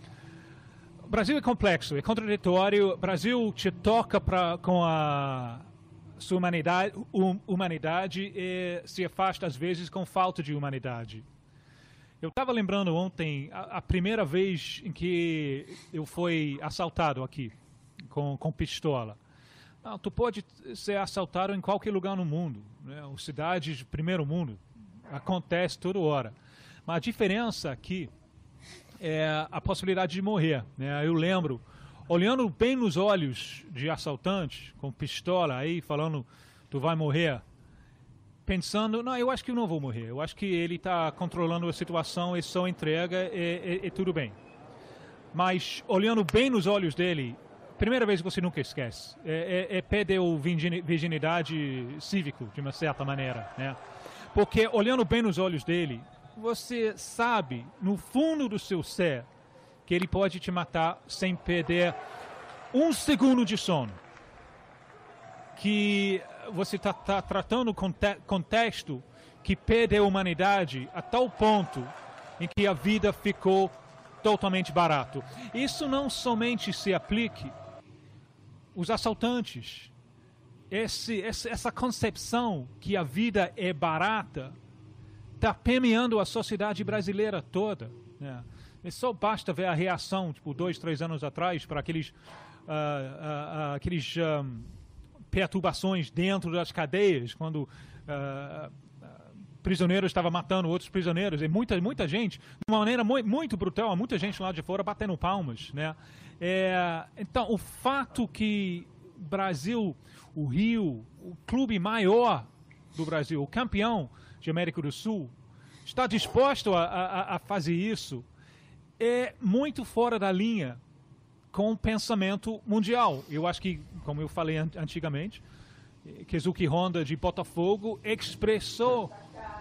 O Brasil é complexo, é contraditório. O Brasil te toca com a sua humanidade e se afasta às vezes com falta de humanidade. Eu estava lembrando ontem a primeira vez em que eu fui assaltado aqui com pistola. Não, tu pode ser assaltado em qualquer lugar no mundo, né? Cidades de primeiro mundo, acontece toda hora. Mas a diferença aqui é a possibilidade de morrer, né? Eu lembro, olhando bem nos olhos de assaltantes, com pistola aí, falando, tu vai morrer, pensando, não, eu acho que eu não vou morrer, eu acho que ele está controlando a situação e só entrega e tudo bem. Mas, olhando bem nos olhos dele, primeira vez que você nunca esquece, perdeu virginidade cívico, de uma certa maneira, né? Porque, olhando bem nos olhos dele, você sabe, no fundo do seu ser, que ele pode te matar sem perder 1 segundo de sono. Que você está tratando contexto que perde a humanidade a tal ponto em que a vida ficou totalmente barato. Isso não somente se aplique os assaltantes. Essa concepção que a vida é barata está permeando a sociedade brasileira toda, né? E só basta ver a reação, tipo, 2, 3 anos atrás, para aqueles perturbações dentro das cadeias, quando prisioneiros estavam matando outros prisioneiros, e muita gente, de uma maneira muito brutal, muita gente lá de fora batendo palmas, né? Então, o fato que o Brasil, o Rio, o clube maior do Brasil, o campeão de América do Sul, está disposto a fazer isso, é muito fora da linha com o pensamento mundial. Eu acho que, como eu falei antigamente, Keisuke Honda de Botafogo expressou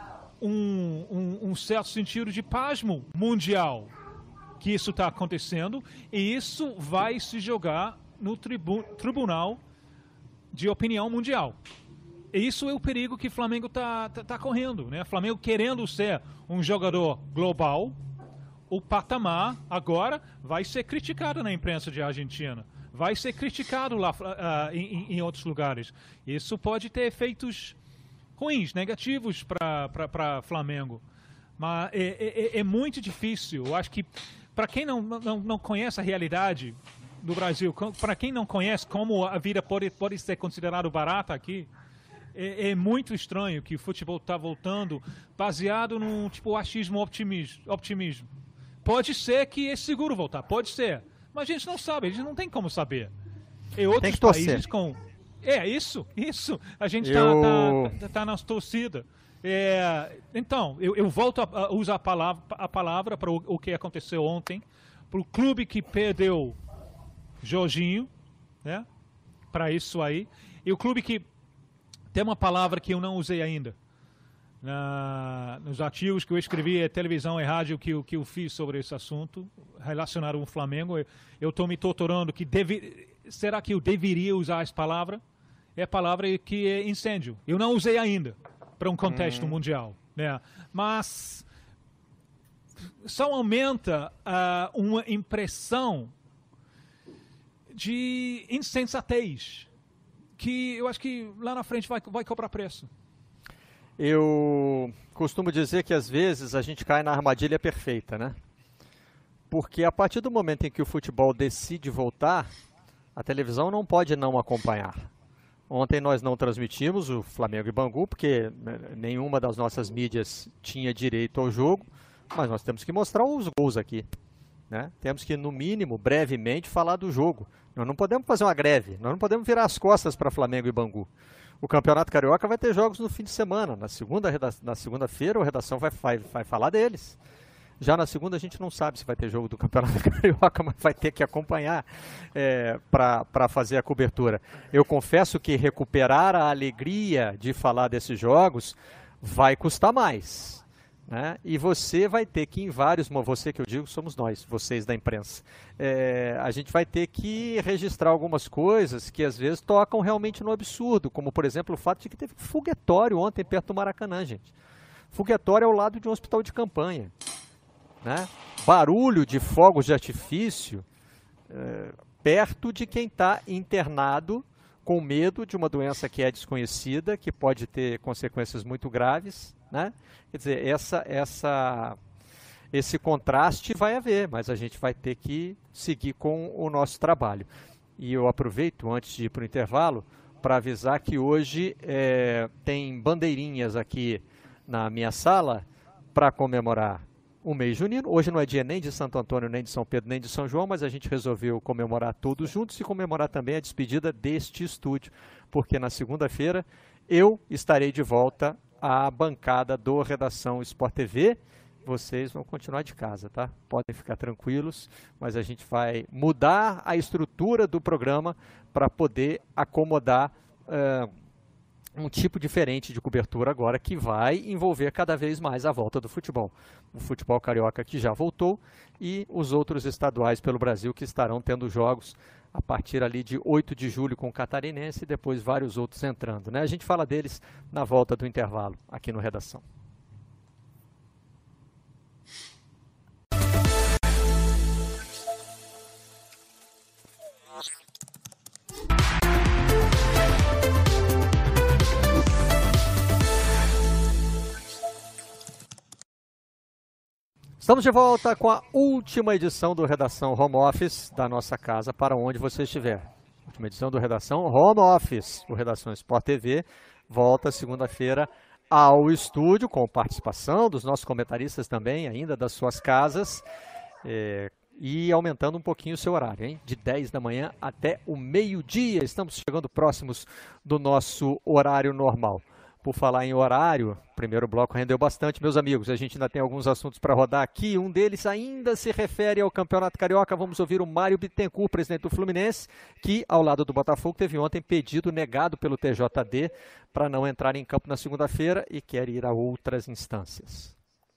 um certo sentido de pasmo mundial que isso está acontecendo, e isso vai se jogar no tribunal de opinião mundial. Isso é o perigo que o Flamengo tá correndo, né? O Flamengo querendo ser um jogador global, o patamar agora vai ser criticado na imprensa de Argentina, vai ser criticado lá em outros lugares. Isso pode ter efeitos ruins, negativos para Flamengo. Mas é muito difícil. Eu acho que para quem não conhece a realidade do Brasil, para quem não conhece como a vida pode ser considerada barata aqui, é muito estranho que o futebol está voltando baseado num tipo achismo optimismo. Pode ser que é seguro voltar, pode ser. Mas a gente não sabe, a gente não tem como saber. E outros países com... Isso. A gente tá nas torcidas. Então, eu volto a usar a palavra para o que aconteceu ontem, para o clube que perdeu Jorginho, né? Para isso aí. E o clube que tem uma palavra que eu não usei ainda. nos artigos que eu escrevi, televisão e rádio que eu fiz sobre esse assunto, relacionado ao Flamengo. Eu estou me torturando será que eu deveria usar essa palavra? É a palavra que é incêndio. Eu não usei ainda para um contexto mundial, né? Mas só aumenta uma impressão de insensatez que eu acho que lá na frente vai cobrar preço. Eu costumo dizer que às vezes a gente cai na armadilha perfeita, né? Porque a partir do momento em que o futebol decide voltar, a televisão não pode não acompanhar. Ontem nós não transmitimos o Flamengo e Bangu, porque nenhuma das nossas mídias tinha direito ao jogo, mas nós temos que mostrar os gols aqui, né? Temos que, no mínimo, brevemente, falar do jogo. Nós não podemos fazer uma greve, nós não podemos virar as costas para Flamengo e Bangu. O Campeonato Carioca vai ter jogos no fim de semana. Na segunda-feira, a redação vai falar deles. Já na segunda, a gente não sabe se vai ter jogo do Campeonato Carioca, mas vai ter que acompanhar para fazer a cobertura. Eu confesso que recuperar a alegria de falar desses jogos vai custar mais, né? E você vai ter que, você que eu digo, somos nós, vocês da imprensa, a gente vai ter que registrar algumas coisas que às vezes tocam realmente no absurdo, como por exemplo o fato de que teve foguetório ontem perto do Maracanã, gente. Foguetório ao lado de um hospital de campanha, né? Barulho de fogos de artifício perto de quem está internado com medo de uma doença que é desconhecida, que pode ter consequências muito graves, né? Quer dizer, esse contraste vai haver, mas a gente vai ter que seguir com o nosso trabalho. E eu aproveito, antes de ir para o intervalo, para avisar que hoje tem bandeirinhas aqui na minha sala para comemorar o mês junino. Hoje não é dia nem de Santo Antônio, nem de São Pedro, nem de São João, mas a gente resolveu comemorar todos juntos e comemorar também a despedida deste estúdio, porque na segunda-feira eu estarei de volta à bancada do Redação Sport TV. Vocês vão continuar de casa, tá? Podem ficar tranquilos, mas a gente vai mudar a estrutura do programa para poder acomodar um tipo diferente de cobertura agora, que vai envolver cada vez mais a volta do futebol. O futebol carioca que já voltou e os outros estaduais pelo Brasil que estarão tendo jogos a partir ali de 8 de julho com o Catarinense e depois vários outros entrando, né? A gente fala deles na volta do intervalo aqui no Redação. Estamos de volta com a última edição do Redação Home Office da nossa casa, para onde você estiver. Última edição do Redação Home Office, o Redação Sport TV, volta segunda-feira ao estúdio, com participação dos nossos comentaristas também, ainda das suas casas, e aumentando um pouquinho o seu horário, hein? De 10 da manhã até o meio-dia. Estamos chegando próximos do nosso horário normal. Por falar em horário, o primeiro bloco rendeu bastante, meus amigos. A gente ainda tem alguns assuntos para rodar aqui. Um deles ainda se refere ao Campeonato Carioca. Vamos ouvir o Mário Bittencourt, presidente do Fluminense, que, ao lado do Botafogo, teve ontem pedido negado pelo TJD para não entrar em campo na segunda-feira e quer ir a outras instâncias.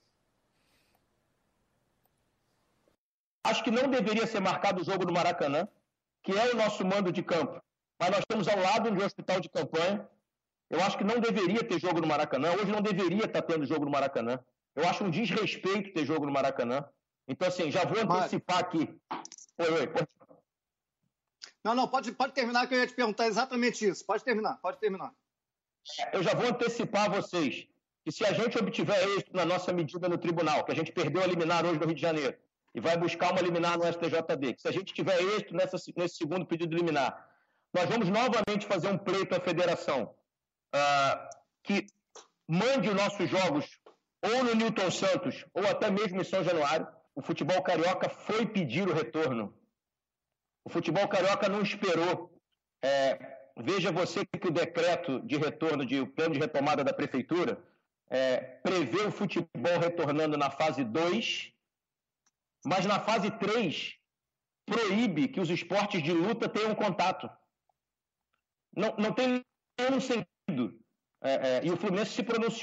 Acho que não deveria ser marcado o jogo no Maracanã, que é o nosso mando de campo. Mas nós estamos ao lado de um hospital de campanha. Eu acho que não deveria ter jogo no Maracanã. Hoje não deveria estar tendo jogo no Maracanã. Eu acho um desrespeito ter jogo no Maracanã. Então, assim, já vou antecipar aqui. Oi, pode... Não, pode terminar, que eu ia te perguntar exatamente isso. Pode terminar. Eu já vou antecipar a vocês que se a gente obtiver êxito na nossa medida no tribunal, que a gente perdeu a liminar hoje no Rio de Janeiro, e vai buscar uma liminar no STJD, que se a gente tiver êxito nesse segundo pedido de liminar, nós vamos novamente fazer um pleito à federação que mande os nossos jogos ou no Newton Santos ou até mesmo em São Januário. O futebol carioca foi pedir o retorno. O futebol carioca não esperou. Veja você que o decreto de retorno, o plano de retomada da prefeitura, prevê o futebol retornando na fase 2, mas na fase 3 proíbe que os esportes de luta tenham contato. Não tem nenhum sentido. E o Fluminense se pronunciou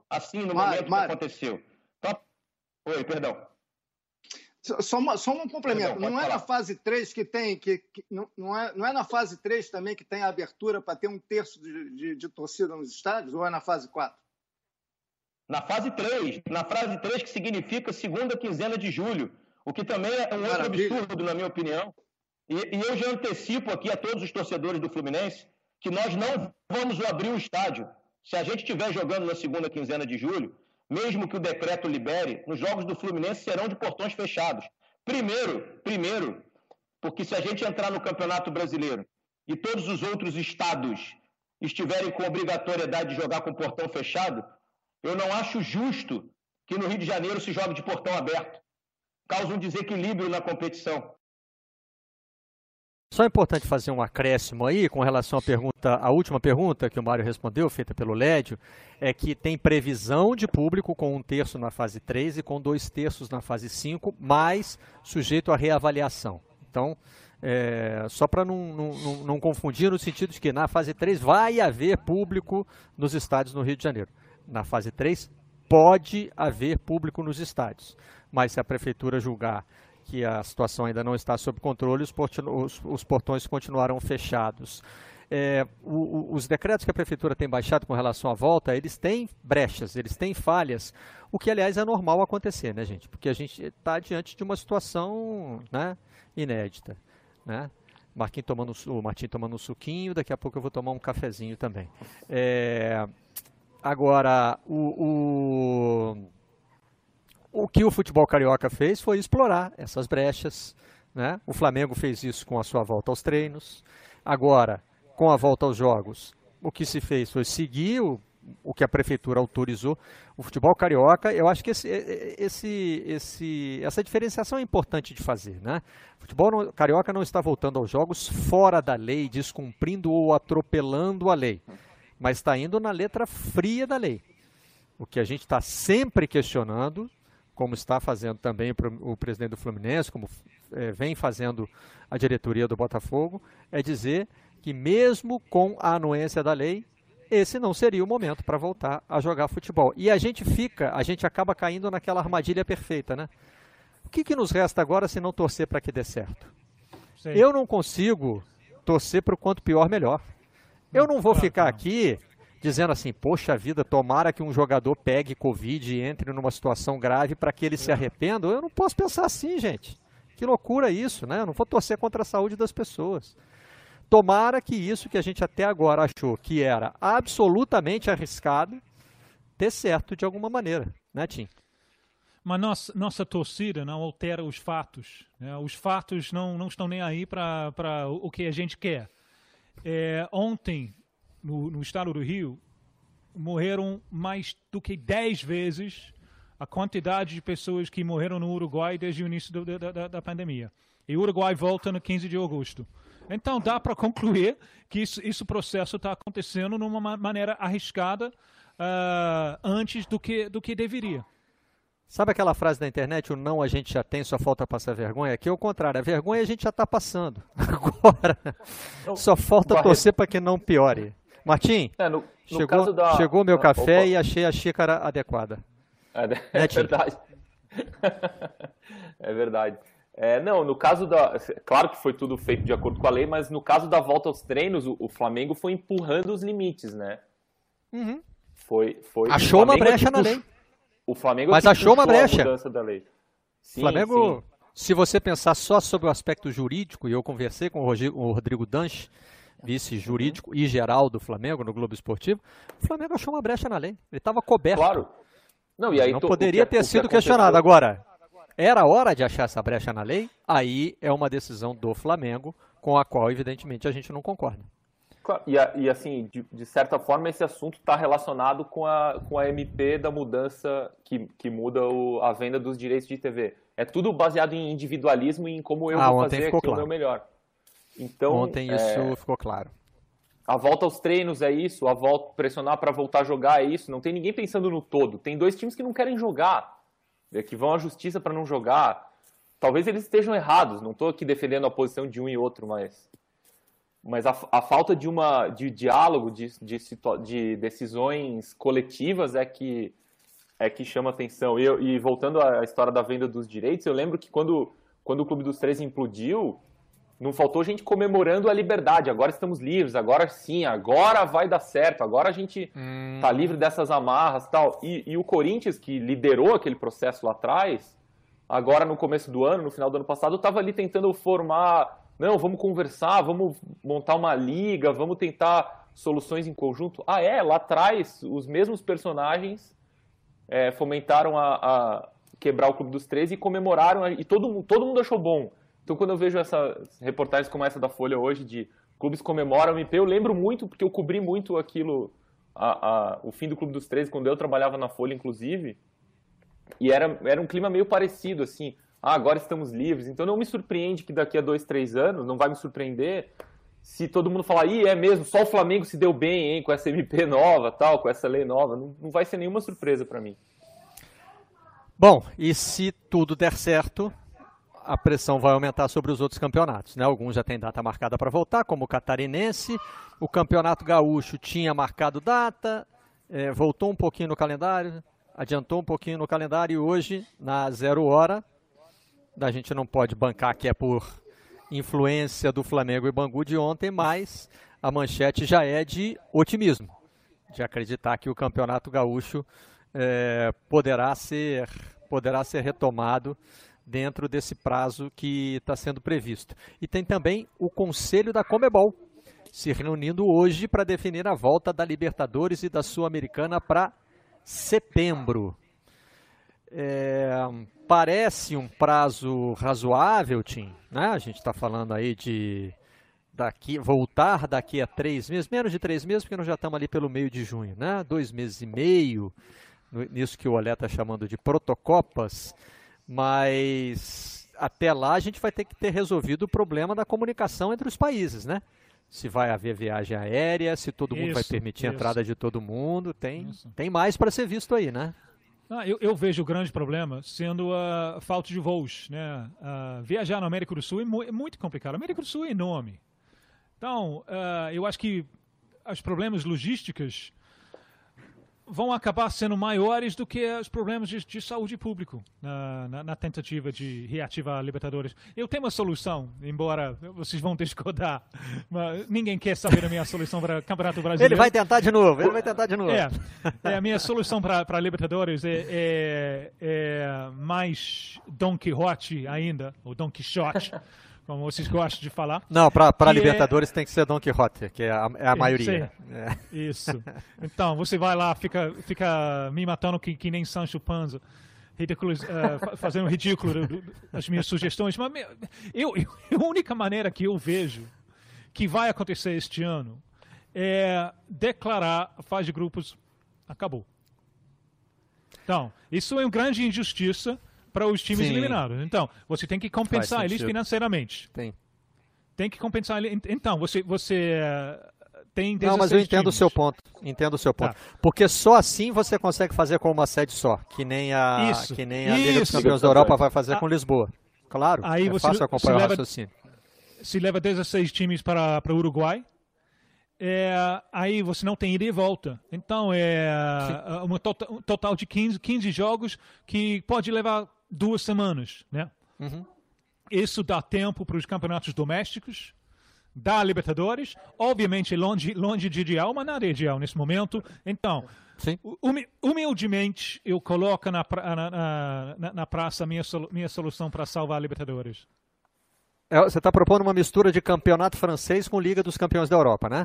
assim no momento que aconteceu. Então, oi, perdão. Só um complemento. Perdão, não é na fase 3 que tem. Não é na fase 3 também que tem a abertura para ter 1/3 de torcida nos estádios? Ou é na fase 4? Na fase 3, que significa segunda quinzena de julho, o que também é um outro absurdo, na minha opinião. E eu já antecipo aqui a todos os torcedores do Fluminense que nós não vamos abrir o estádio. Se a gente estiver jogando na segunda quinzena de julho, mesmo que o decreto libere, os jogos do Fluminense serão de portões fechados. Primeiro, porque se a gente entrar no Campeonato Brasileiro e todos os outros estados estiverem com obrigatoriedade de jogar com portão fechado, eu não acho justo que no Rio de Janeiro se jogue de portão aberto. Causa um desequilíbrio na competição. Só é importante fazer um acréscimo aí com relação à última pergunta que o Mário respondeu, feita pelo Lédio, é que tem previsão de público com 1/3 na fase 3 e com 2/3 na fase 5, mas sujeito à reavaliação. Então, só para não confundir no sentido de que na fase 3 vai haver público nos estádios no Rio de Janeiro. Na fase 3 pode haver público nos estádios, mas se a prefeitura julgar que a situação ainda não está sob controle, os portões continuarão fechados. Os decretos que a prefeitura tem baixado com relação à volta, eles têm brechas, eles têm falhas, o que, aliás, é normal acontecer, né, gente? Porque a gente está diante de uma situação, né, inédita, né? O Martim tomando um suquinho, daqui a pouco eu vou tomar um cafezinho também. Agora, o que o futebol carioca fez foi explorar essas brechas, né? O Flamengo fez isso com a sua volta aos treinos. Agora, com a volta aos jogos, o que se fez foi seguir o que a prefeitura autorizou. O futebol carioca, eu acho que essa diferenciação é importante de fazer, né? O futebol carioca não está voltando aos jogos fora da lei, descumprindo ou atropelando a lei, mas está indo na letra fria da lei. O que a gente está sempre questionando, como está fazendo também o presidente do Fluminense, como vem fazendo a diretoria do Botafogo, é dizer que mesmo com a anuência da lei, esse não seria o momento para voltar a jogar futebol. E a gente acaba caindo naquela armadilha perfeita, né? O que nos resta agora se não torcer para que dê certo? Sim. Eu não consigo torcer para o quanto pior, melhor. Eu não vou ficar aqui dizendo assim, poxa vida, tomara que um jogador pegue Covid e entre numa situação grave para que ele se arrependa. Eu não posso pensar assim, gente. Que loucura isso, né? Eu não vou torcer contra a saúde das pessoas. Tomara que isso que a gente até agora achou que era absolutamente arriscado, dê certo de alguma maneira, né, Tim? Mas nossa torcida não altera os fatos, né? Os fatos não estão nem aí para o que a gente quer. Ontem, no estado do Rio, morreram mais do que 10 vezes a quantidade de pessoas que morreram no Uruguai desde o início da pandemia. E o Uruguai volta no 15 de agosto. Então, dá para concluir que esse processo está acontecendo de uma maneira arriscada antes do que deveria. Sabe aquela frase da internet, o não a gente já tem, só falta passar vergonha? Aqui é o contrário, a vergonha a gente já está passando. Agora, só falta torcer para que não piore. Martim, chegou o meu café e achei a xícara adequada. É verdade. É verdade. No caso claro que foi tudo feito de acordo com a lei, mas no caso da volta aos treinos, o Flamengo foi empurrando os limites, né? Uhum. Achou uma brecha na lei. O Flamengo mas achou uma brecha. A mudança da lei. Sim, Flamengo, sim. Se você pensar só sobre o aspecto jurídico, e eu conversei com o Rodrigo Danche, vice-jurídico e geral do Flamengo no Globo Esportivo, o Flamengo achou uma brecha na lei. Ele estava coberto. Claro. Não poderia ter sido questionado. Agora, era hora de achar essa brecha na lei? Aí é uma decisão do Flamengo, com a qual, evidentemente, a gente não concorda. Claro. E assim, de certa forma, esse assunto está relacionado com a MP da mudança que muda a venda dos direitos de TV. É tudo baseado em individualismo e em como eu vou fazer aqui o meu melhor. Então, ontem isso ficou claro. A volta aos treinos é isso, a volta pressionar para voltar a jogar é isso. Não tem ninguém pensando no todo. Tem 2 times que não querem jogar, que vão à justiça para não jogar. Talvez eles estejam errados. Não estou aqui defendendo a posição de um e outro, mas Mas a falta de diálogo, de decisões coletivas é que chama atenção. E voltando à história da venda dos direitos, eu lembro que quando o Clube dos 13 implodiu, não faltou gente comemorando a liberdade. Agora estamos livres, agora sim, agora vai dar certo, agora a gente tá livre dessas amarras e tal. E o Corinthians, que liderou aquele processo lá atrás, agora no começo do ano, no final do ano passado, estava ali tentando formar... Não, vamos conversar, vamos montar uma liga, vamos tentar soluções em conjunto. Lá atrás, os mesmos personagens fomentaram a quebrar o Clube dos 13 e comemoraram, e todo mundo achou bom. Então, quando eu vejo essas reportagens como essa da Folha hoje, de clubes comemoram o MP, eu lembro muito, porque eu cobri muito aquilo, o fim do Clube dos 13, quando eu trabalhava na Folha, inclusive, e era um clima meio parecido, assim, agora estamos livres. Então, não me surpreende que daqui a 2, 3 anos, não vai me surpreender, se todo mundo falar, é mesmo, só o Flamengo se deu bem, hein, com essa MP nova, tal, com essa lei nova, não vai ser nenhuma surpresa para mim. Bom, e se tudo der certo, a pressão vai aumentar sobre os outros campeonatos, né? Alguns já têm data marcada para voltar, como o Catarinense. O Campeonato Gaúcho tinha marcado data, voltou um pouquinho no calendário, adiantou um pouquinho no calendário, e hoje, na 0 hora, a gente não pode bancar que é por influência do Flamengo e Bangu de ontem, mas a manchete já é de otimismo, de acreditar que o Campeonato Gaúcho poderá ser retomado dentro desse prazo que está sendo previsto. E tem também o Conselho da Conmebol se reunindo hoje para definir a volta da Libertadores e da Sul-Americana para setembro. Parece um prazo razoável, Tim, né? A gente está falando aí de voltar daqui a 3 meses, menos de 3 meses, porque nós já estamos ali pelo meio de junho, né? 2 meses e meio, nisso que o Olé está chamando de protocopas. Mas até lá a gente vai ter que ter resolvido o problema da comunicação entre os países, né? Se vai haver viagem aérea, se todo mundo vai permitir a entrada de todo mundo, tem mais para ser visto aí, né? Eu vejo o grande problema sendo a falta de voos, né? Viajar na América do Sul é muito complicado. A América do Sul é enorme. Então, eu acho que os problemas logísticos vão acabar sendo maiores do que os problemas de saúde pública na tentativa de reativar a Libertadores. Eu tenho uma solução, embora vocês vão discordar, mas ninguém quer saber a minha solução para o Campeonato Brasileiro. Ele vai tentar de novo. A minha solução para a Libertadores é mais Don Quixote ainda, ou Don Quixote, como vocês gostam de falar. Não, para Libertadores tem que ser Don Quixote, que é a maioria. Isso. Então, você vai lá, fica me matando que nem Sancho Panza, fazendo ridículo das minhas sugestões. Mas a única maneira que eu vejo que vai acontecer este ano é declarar a fase de grupos acabou. Então, isso é uma grande injustiça para os times eliminados. Então, você tem que compensar eles financeiramente. Tem que compensar eles. Então, você tem 16 Não, mas eu entendo times. o seu ponto. Tá. Porque só assim você consegue fazer com uma sede só, que nem a Liga dos Campeões da Europa vai fazer com Lisboa. Claro, aí é fácil acompanhar o raciocínio. Se leva 16 times para o Uruguai, aí você não tem ida e volta. Então, um total de 15 jogos que pode levar 2 semanas, né? Uhum. Isso dá tempo para os campeonatos domésticos, da Libertadores, obviamente longe de ideal, mas nada é ideal nesse momento. Então, humildemente, eu coloco na praça a minha solução para salvar a Libertadores. Você está propondo uma mistura de campeonato francês com Liga dos Campeões da Europa, né?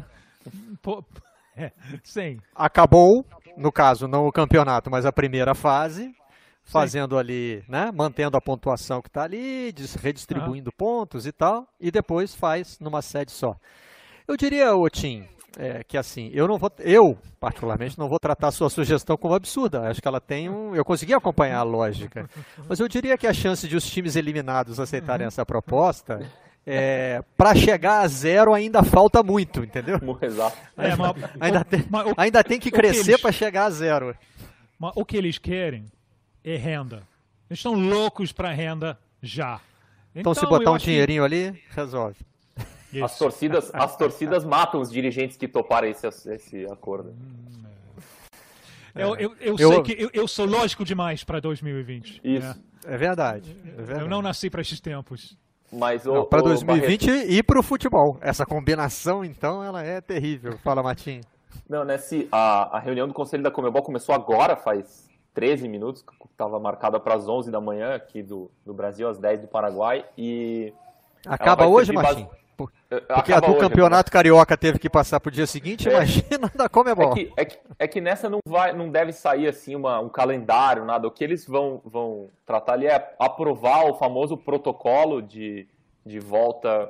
Sim. Acabou, no caso, não o campeonato, mas a primeira fase, fazendo ali, né? Mantendo a pontuação que está ali, redistribuindo pontos e tal, e depois faz numa sede só. Eu diria, Tim, que assim, eu particularmente não vou tratar a sua sugestão como absurda. Acho que ela tem eu consegui acompanhar a lógica, mas eu diria que a chance de os times eliminados aceitarem essa proposta, para chegar a 0 ainda falta muito, entendeu? Exato. Ainda tem que crescer para chegar a 0. Mas o que eles querem é renda. Eles estão loucos para renda já. Então se botar um dinheirinho ali, resolve. As torcidas matam os dirigentes que toparam esse acordo. Eu sei que eu sou lógico demais para 2020. Isso. É verdade. Eu não nasci para esses tempos. Mas para 2020 e para o futebol. Essa combinação, então, ela é terrível. Fala, Martim. Não, a reunião do Conselho da Conmebol começou agora, faz 13 minutos, que estava marcada para as 11 da manhã aqui do Brasil, às 10 do Paraguai. E acaba hoje, Martim? Porque a do Campeonato Carioca teve que passar para o dia seguinte, imagina da Conmebol. É que nessa não deve sair assim um calendário, nada. O que eles vão tratar ali é aprovar o famoso protocolo de volta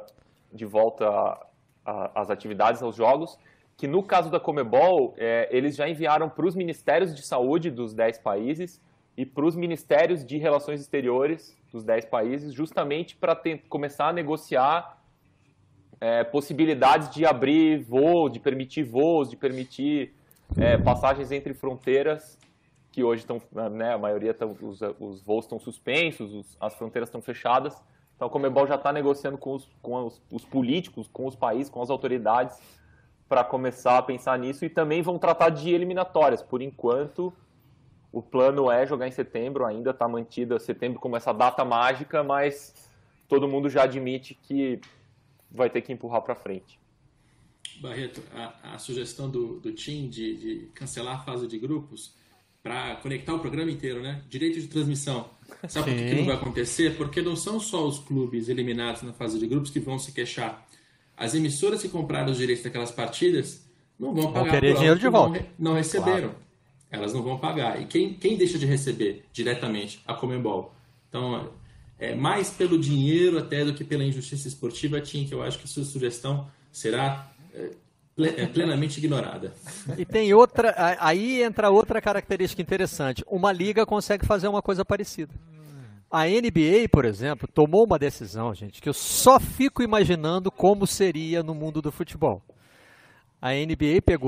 às atividades, aos jogos, que no caso da Conmebol, eles já enviaram para os Ministérios de Saúde dos 10 países e para os Ministérios de Relações Exteriores dos 10 países, justamente para começar a negociar possibilidades de abrir voo, de permitir voos, de permitir passagens entre fronteiras, que hoje estão, né, a maioria os voos estão suspensos, as fronteiras estão fechadas. Então a Conmebol já está negociando com os políticos, com os países, com as autoridades, para começar a pensar nisso, e também vão tratar de eliminatórias. Por enquanto, o plano é jogar em setembro, ainda está mantida setembro como essa data mágica, mas todo mundo já admite que vai ter que empurrar para frente. Barreto, a sugestão do Tim de cancelar a fase de grupos para conectar o programa inteiro, né? Direito de transmissão. Sabe por que não vai acontecer? Porque não são só os clubes eliminados na fase de grupos que vão se queixar. As emissoras que compraram os direitos daquelas partidas não vão pagar querer dinheiro de volta. Não receberam. Claro. Elas não vão pagar. E quem deixa de receber diretamente? A Conmebol. Então, mais pelo dinheiro até do que pela injustiça esportiva, Tim, que eu acho que sua sugestão será plenamente ignorada. E tem aí entra outra característica interessante. Uma liga consegue fazer uma coisa parecida. A NBA, por exemplo, tomou uma decisão, gente, que eu só fico imaginando como seria no mundo do futebol. A NBA pegou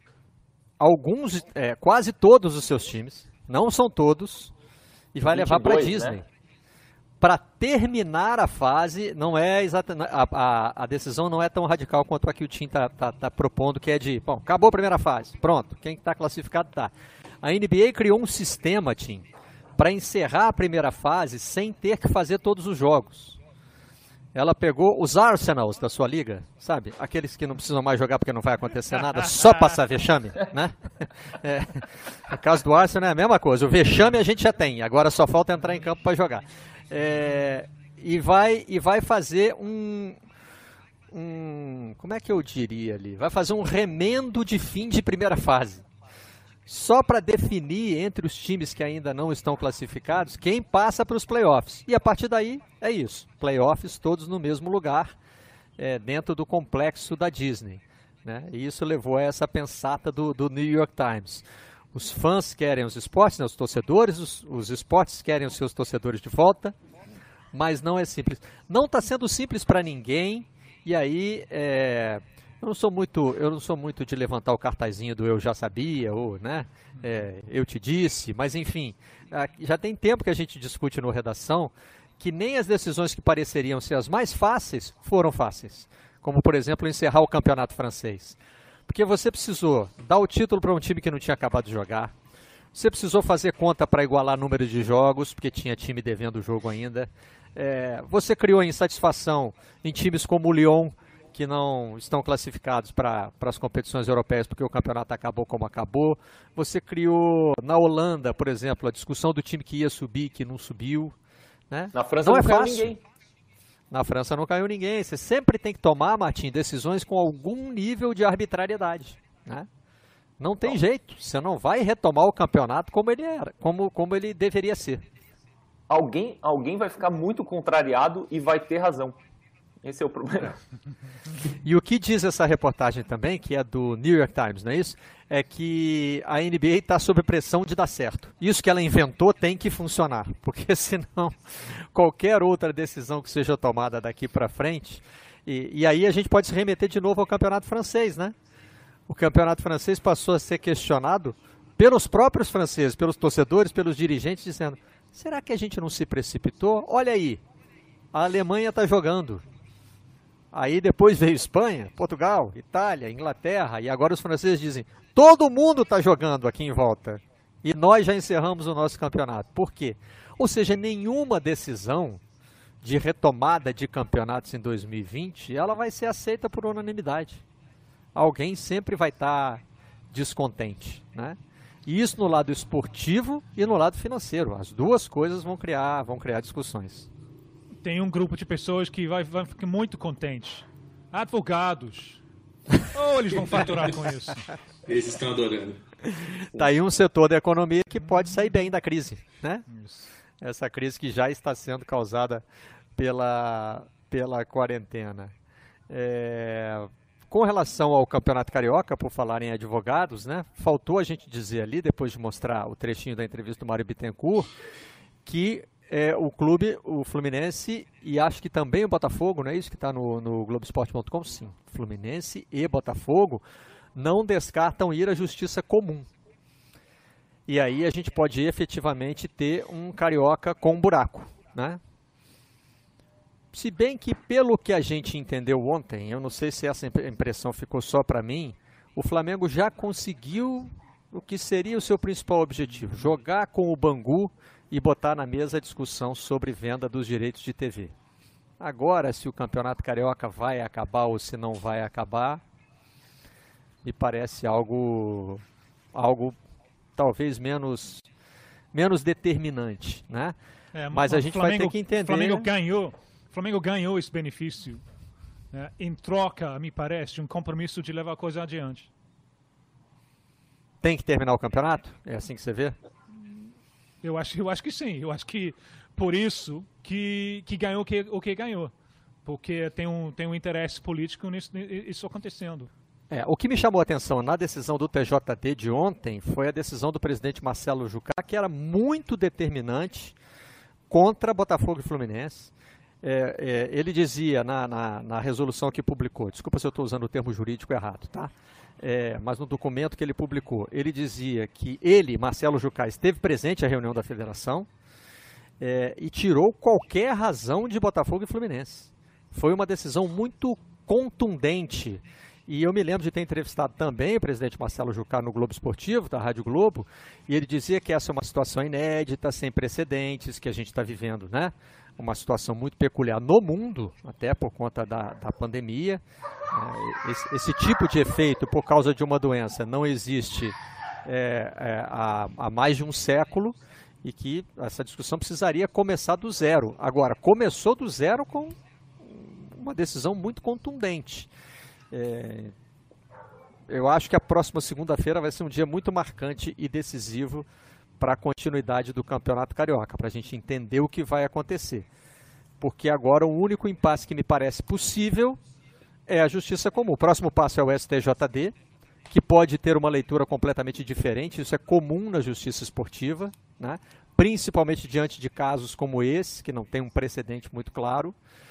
quase todos os seus times, não são todos, e vai levar para a Disney. Né? Para terminar a fase, não é exatamente, a decisão não é tão radical quanto a que o Tim está propondo, que é acabou a primeira fase, pronto, quem está classificado está. A NBA criou um sistema, Tim, para encerrar a primeira fase sem ter que fazer todos os jogos. Ela pegou os Arsenals da sua liga, sabe? Aqueles que não precisam mais jogar porque não vai acontecer nada, só passar vexame, né? No caso do Arsenal é a mesma coisa, o vexame a gente já tem, agora só falta entrar em campo para jogar. E vai fazer como é que eu diria ali? Vai fazer um remendo de fim de primeira fase. Só para definir entre os times que ainda não estão classificados quem passa para os playoffs. E a partir daí é isso. Playoffs todos no mesmo lugar, dentro do complexo da Disney. Né? E isso levou a essa pensata do New York Times. Os fãs querem os esportes, né? Os torcedores, os esportes querem os seus torcedores de volta, mas não é simples. Não está sendo simples para ninguém, e aí eu não sou muito de levantar o cartazinho do eu já sabia, ou né, eu te disse, mas enfim, já tem tempo que a gente discute no Redação que nem as decisões que pareceriam ser as mais fáceis foram fáceis, como por exemplo encerrar o campeonato francês. Porque você precisou dar o título para um time que não tinha acabado de jogar. Você precisou fazer conta para igualar número de jogos, porque tinha time devendo o jogo ainda. Você criou insatisfação em times como o Lyon, que não estão classificados para as competições europeias, porque o campeonato acabou como acabou. Você criou na Holanda, por exemplo, a discussão do time que ia subir, que não subiu. Né? Na França não caiu ninguém. Na França não caiu ninguém. Você sempre tem que tomar, Martim, decisões com algum nível de arbitrariedade. Né? Não tem jeito. Você não vai retomar o campeonato como ele era, como ele deveria ser. Alguém vai ficar muito contrariado e vai ter razão. Esse é o problema. E o que diz essa reportagem também, que é do New York Times, não é isso? É que a NBA está sob pressão de dar certo. Isso que ela inventou tem que funcionar, porque senão qualquer outra decisão que seja tomada daqui para frente, e aí a gente pode se remeter de novo ao campeonato francês, né? O campeonato francês passou a ser questionado pelos próprios franceses, pelos torcedores, pelos dirigentes, dizendo, será que a gente não se precipitou? Olha aí, a Alemanha está jogando. Aí depois veio Espanha, Portugal, Itália, Inglaterra, e agora os franceses dizem, todo mundo está jogando aqui em volta. E nós já encerramos o nosso campeonato. Por quê? Ou seja, nenhuma decisão de retomada de campeonatos em 2020, ela vai ser aceita por unanimidade. Alguém sempre vai estar descontente, né? E isso no lado esportivo e no lado financeiro. As duas coisas vão criar discussões. Tem um grupo de pessoas que vai ficar muito contente. Advogados. Ou eles vão faturar com isso. Eles estão adorando. Tá aí um setor da economia que pode sair bem da crise, né? Isso. Essa crise que já está sendo causada pela quarentena. Com relação ao Campeonato Carioca, por falar em advogados, né? Faltou a gente dizer ali, depois de mostrar o trechinho da entrevista do Mário Bittencourt, que o clube, o Fluminense e acho que também o Botafogo, não é isso que está no Globoesporte.com? Sim, Fluminense e Botafogo não descartam ir à justiça comum. E aí a gente pode efetivamente ter um carioca com um buraco, né? Se bem que pelo que a gente entendeu ontem, eu não sei se essa impressão ficou só para mim, o Flamengo já conseguiu o que seria o seu principal objetivo, jogar com o Bangu e botar na mesa a discussão sobre venda dos direitos de TV. Agora, se o Campeonato Carioca vai acabar ou se não vai acabar, me parece algo talvez menos determinante, né? Mas a gente vai ter que entender... O Flamengo ganhou esse benefício, né, em troca, me parece, de um compromisso de levar a coisa adiante. Tem que terminar o campeonato? É assim que você vê? Eu acho que sim. Eu acho que por isso que ganhou o que ganhou. Porque tem um interesse político nisso acontecendo. O que me chamou a atenção na decisão do TJD de ontem foi a decisão do presidente Marcelo Jucá, que era muito determinante contra Botafogo e Fluminense. Ele dizia na resolução que publicou, desculpa se eu estou usando o termo jurídico errado, tá? Mas no documento que ele publicou, ele dizia que ele, Marcelo Jucá, esteve presente à reunião da federação e tirou qualquer razão de Botafogo e Fluminense. Foi uma decisão muito contundente. E eu me lembro de ter entrevistado também o presidente Marcelo Jucá no Globo Esportivo, da Rádio Globo, e ele dizia que essa é uma situação inédita, sem precedentes, que a gente está vivendo, né? Uma situação muito peculiar no mundo, até por conta da pandemia. Esse tipo de efeito, por causa de uma doença, não existe há mais de um século e que essa discussão precisaria começar do zero. Agora, começou do zero com uma decisão muito contundente. Eu acho que a próxima segunda-feira vai ser um dia muito marcante e decisivo para a continuidade do Campeonato Carioca, para a gente entender o que vai acontecer. Porque agora o único impasse que me parece possível é a Justiça Comum. O próximo passo é o STJD, que pode ter uma leitura completamente diferente, isso é comum na justiça esportiva, né? Principalmente diante de casos como esse, que não tem um precedente muito claro.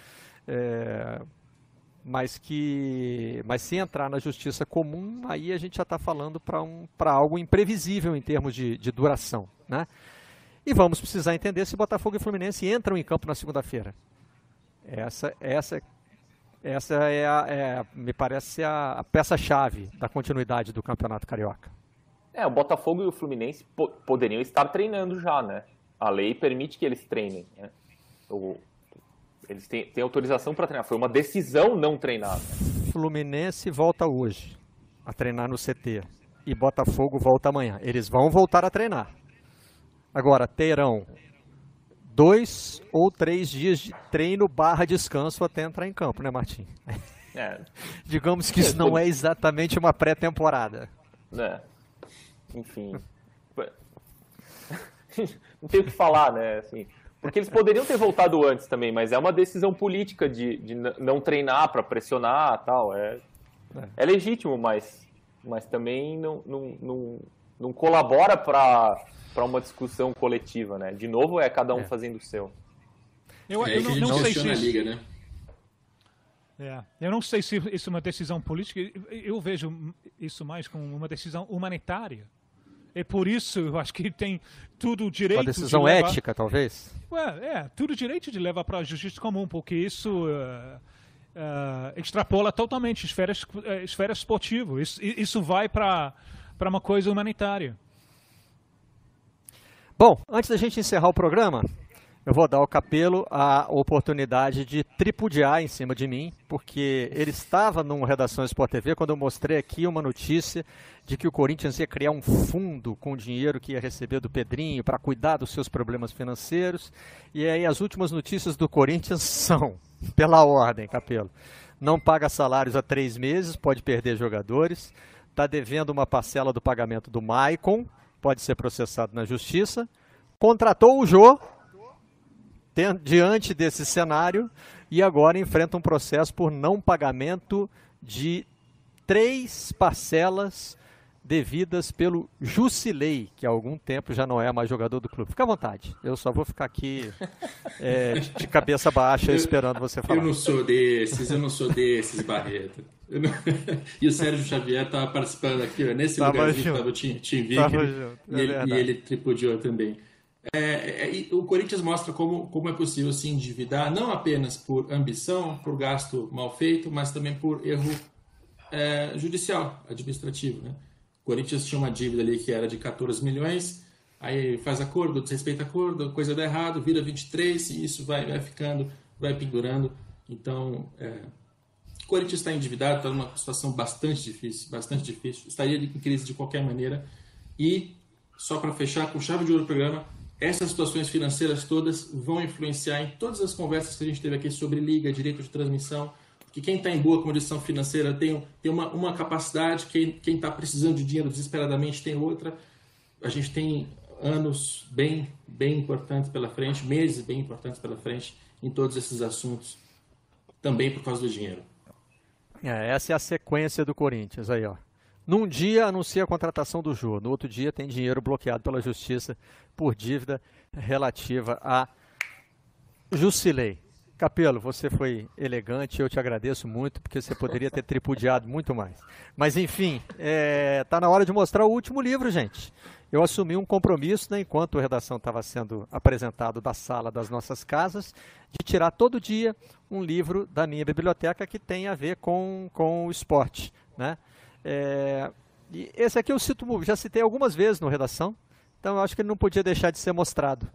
Mas se entrar na justiça comum, aí a gente já está falando para algo imprevisível em termos de duração, né? E vamos precisar entender se Botafogo e Fluminense entram em campo na segunda-feira. Essa me parece a peça-chave da continuidade do Campeonato Carioca. O Botafogo e o Fluminense poderiam estar treinando já, né? A lei permite que eles treinem, né? Eles têm autorização para treinar. Foi uma decisão não treinar. Né? Fluminense volta hoje a treinar no CT. E Botafogo volta amanhã. Eles vão voltar a treinar. Agora, terão 2 ou 3 dias de treino / descanso até entrar em campo, né, Martim? Digamos que isso não é exatamente uma pré-temporada. Enfim. Não tem o que falar, né? Assim, porque eles poderiam ter voltado antes também, mas é uma decisão política de não treinar para pressionar e tal. É legítimo, mas também não colabora para uma discussão coletiva, né? De novo, cada um fazendo o seu. Eu não sei se a liga, né? Eu não sei se isso é uma decisão política. Eu vejo isso mais como uma decisão humanitária. E por isso eu acho que tem tudo o direito uma decisão ética, talvez? Tudo o direito de levar para a justiça comum, porque isso extrapola totalmente esfera esportiva. Isso vai para uma coisa humanitária. Bom, antes da gente encerrar o programa, eu vou dar ao Capello a oportunidade de tripudiar em cima de mim, porque ele estava no Redação Sport TV quando eu mostrei aqui uma notícia de que o Corinthians ia criar um fundo com dinheiro que ia receber do Pedrinho para cuidar dos seus problemas financeiros. E aí as últimas notícias do Corinthians são, pela ordem, Capello, não paga salários há 3 meses, pode perder jogadores, está devendo uma parcela do pagamento do Maicon, pode ser processado na justiça, contratou o Jô, diante desse cenário, e agora enfrenta um processo por não pagamento de 3 parcelas devidas pelo Jusilei, que há algum tempo já não é mais jogador do clube. Fica à vontade, eu só vou ficar aqui de cabeça baixa esperando você falar. Eu não sou desses, Barreto. E o Sérgio Xavier estava participando aqui, nesse lugarzinho que estava o Tim Vicker, e ele tripudiou também. O Corinthians mostra como é possível se endividar, não apenas por ambição, por gasto mal feito, mas também por erro judicial, administrativo, né? O Corinthians tinha uma dívida ali que era de 14 milhões, aí faz acordo, desrespeita acordo, coisa dá errado, vira 23 e isso vai ficando, vai pendurando. Então, o Corinthians está endividado, está numa situação bastante difícil, estaria em crise de qualquer maneira. E, só para fechar com chave de ouro o programa, essas situações financeiras todas vão influenciar em todas as conversas que a gente teve aqui sobre liga, direito de transmissão, que quem está em boa condição financeira tem uma capacidade, quem está precisando de dinheiro desesperadamente tem outra. A gente tem anos bem importantes pela frente, meses bem importantes pela frente em todos esses assuntos, também por causa do dinheiro. Essa é a sequência do Corinthians aí, ó. Num dia anuncia a contratação do Jô, no outro dia tem dinheiro bloqueado pela Justiça por dívida relativa a Jusilei. Capello, você foi elegante, eu te agradeço muito, porque você poderia ter tripudiado muito mais. Mas enfim, tá na hora de mostrar o último livro, gente. Eu assumi um compromisso, né, enquanto a redação estava sendo apresentado da sala das nossas casas, de tirar todo dia um livro da minha biblioteca que tem a ver com o esporte, né? E esse aqui eu já citei algumas vezes no Redação, então eu acho que ele não podia deixar de ser mostrado.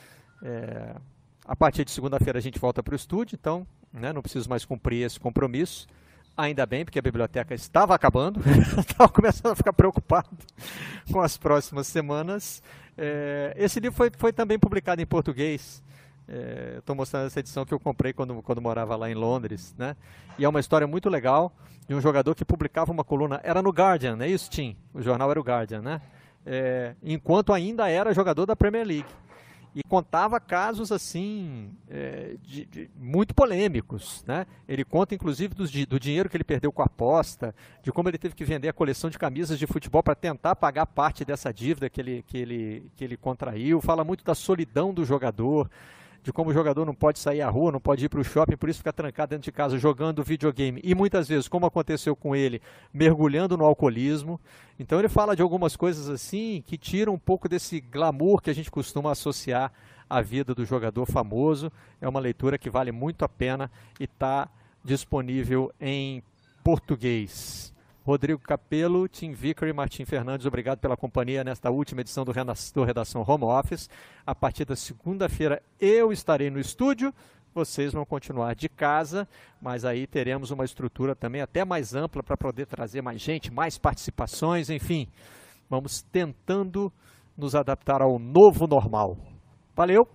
A partir de segunda-feira a gente volta para o estúdio, então, né, não preciso mais cumprir esse compromisso. Ainda bem, porque a biblioteca estava acabando, estava começando a ficar preocupado com as próximas semanas. Esse livro foi também publicado em português. Estou mostrando essa edição que eu comprei quando morava lá em Londres, né? E é uma história muito legal de um jogador que publicava uma coluna, era no Guardian, é isso, Tim? O jornal era o Guardian, né? Enquanto ainda era jogador da Premier League. E contava casos assim muito polêmicos, né? Ele conta inclusive do dinheiro que ele perdeu com a aposta, de como ele teve que vender a coleção de camisas de futebol para tentar pagar parte dessa dívida que ele contraiu. Fala muito da solidão do jogador, de como o jogador não pode sair à rua, não pode ir para o shopping, por isso fica trancado dentro de casa jogando videogame. E muitas vezes, como aconteceu com ele, mergulhando no alcoolismo. Então ele fala de algumas coisas assim que tiram um pouco desse glamour que a gente costuma associar à vida do jogador famoso. É uma leitura que vale muito a pena e está disponível em português. Rodrigo Capello, Tim Vicker e Martim Fernandes, obrigado pela companhia nesta última edição do Redação Home Office. A partir da segunda-feira eu estarei no estúdio, vocês vão continuar de casa, mas aí teremos uma estrutura também até mais ampla para poder trazer mais gente, mais participações, enfim. Vamos tentando nos adaptar ao novo normal. Valeu!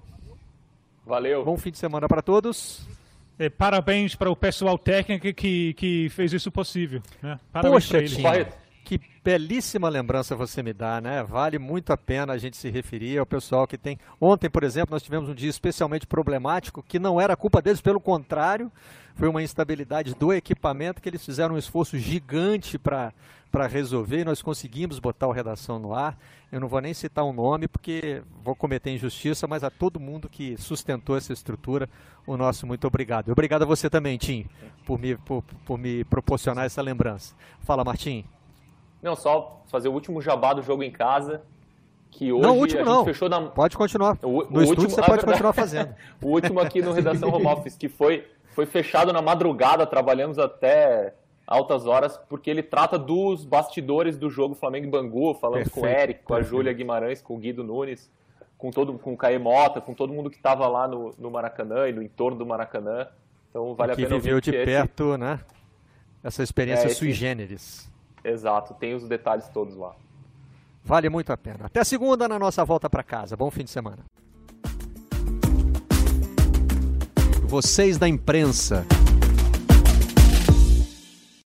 Valeu! Bom fim de semana para todos! Parabéns para o pessoal técnico que fez isso possível, né? Parabéns para eles. Que belíssima lembrança você me dá, né? Vale muito a pena a gente se referir ao pessoal que tem... Ontem, por exemplo, nós tivemos um dia especialmente problemático, que não era culpa deles, pelo contrário, foi uma instabilidade do equipamento que eles fizeram um esforço gigante para resolver, e nós conseguimos botar o Redação no ar. Eu não vou nem citar um nome, porque vou cometer injustiça, mas a todo mundo que sustentou essa estrutura, o nosso muito obrigado. Obrigado a você também, Tim, por me proporcionar essa lembrança. Fala, Martim. Não, só fazer o último jabá do jogo em casa, que hoje não, o último a gente não. fechou na... Pode continuar. No estúdio você pode continuar fazendo. O último aqui no Redação Home Office, que foi foi fechado na madrugada, trabalhamos até altas horas, porque ele trata dos bastidores do jogo Flamengo e Bangu, falamos com o Eric, com a Júlia Guimarães, com o Guido Nunes, com o Caê Mota, com todo mundo que estava lá no Maracanã e no entorno do Maracanã. Então vale a pena ouvir. Que viveu de perto, né? Essa experiência sui generis. Exato, tem os detalhes todos lá. Vale muito a pena. Até segunda na nossa volta para casa. Bom fim de semana. Vocês da imprensa.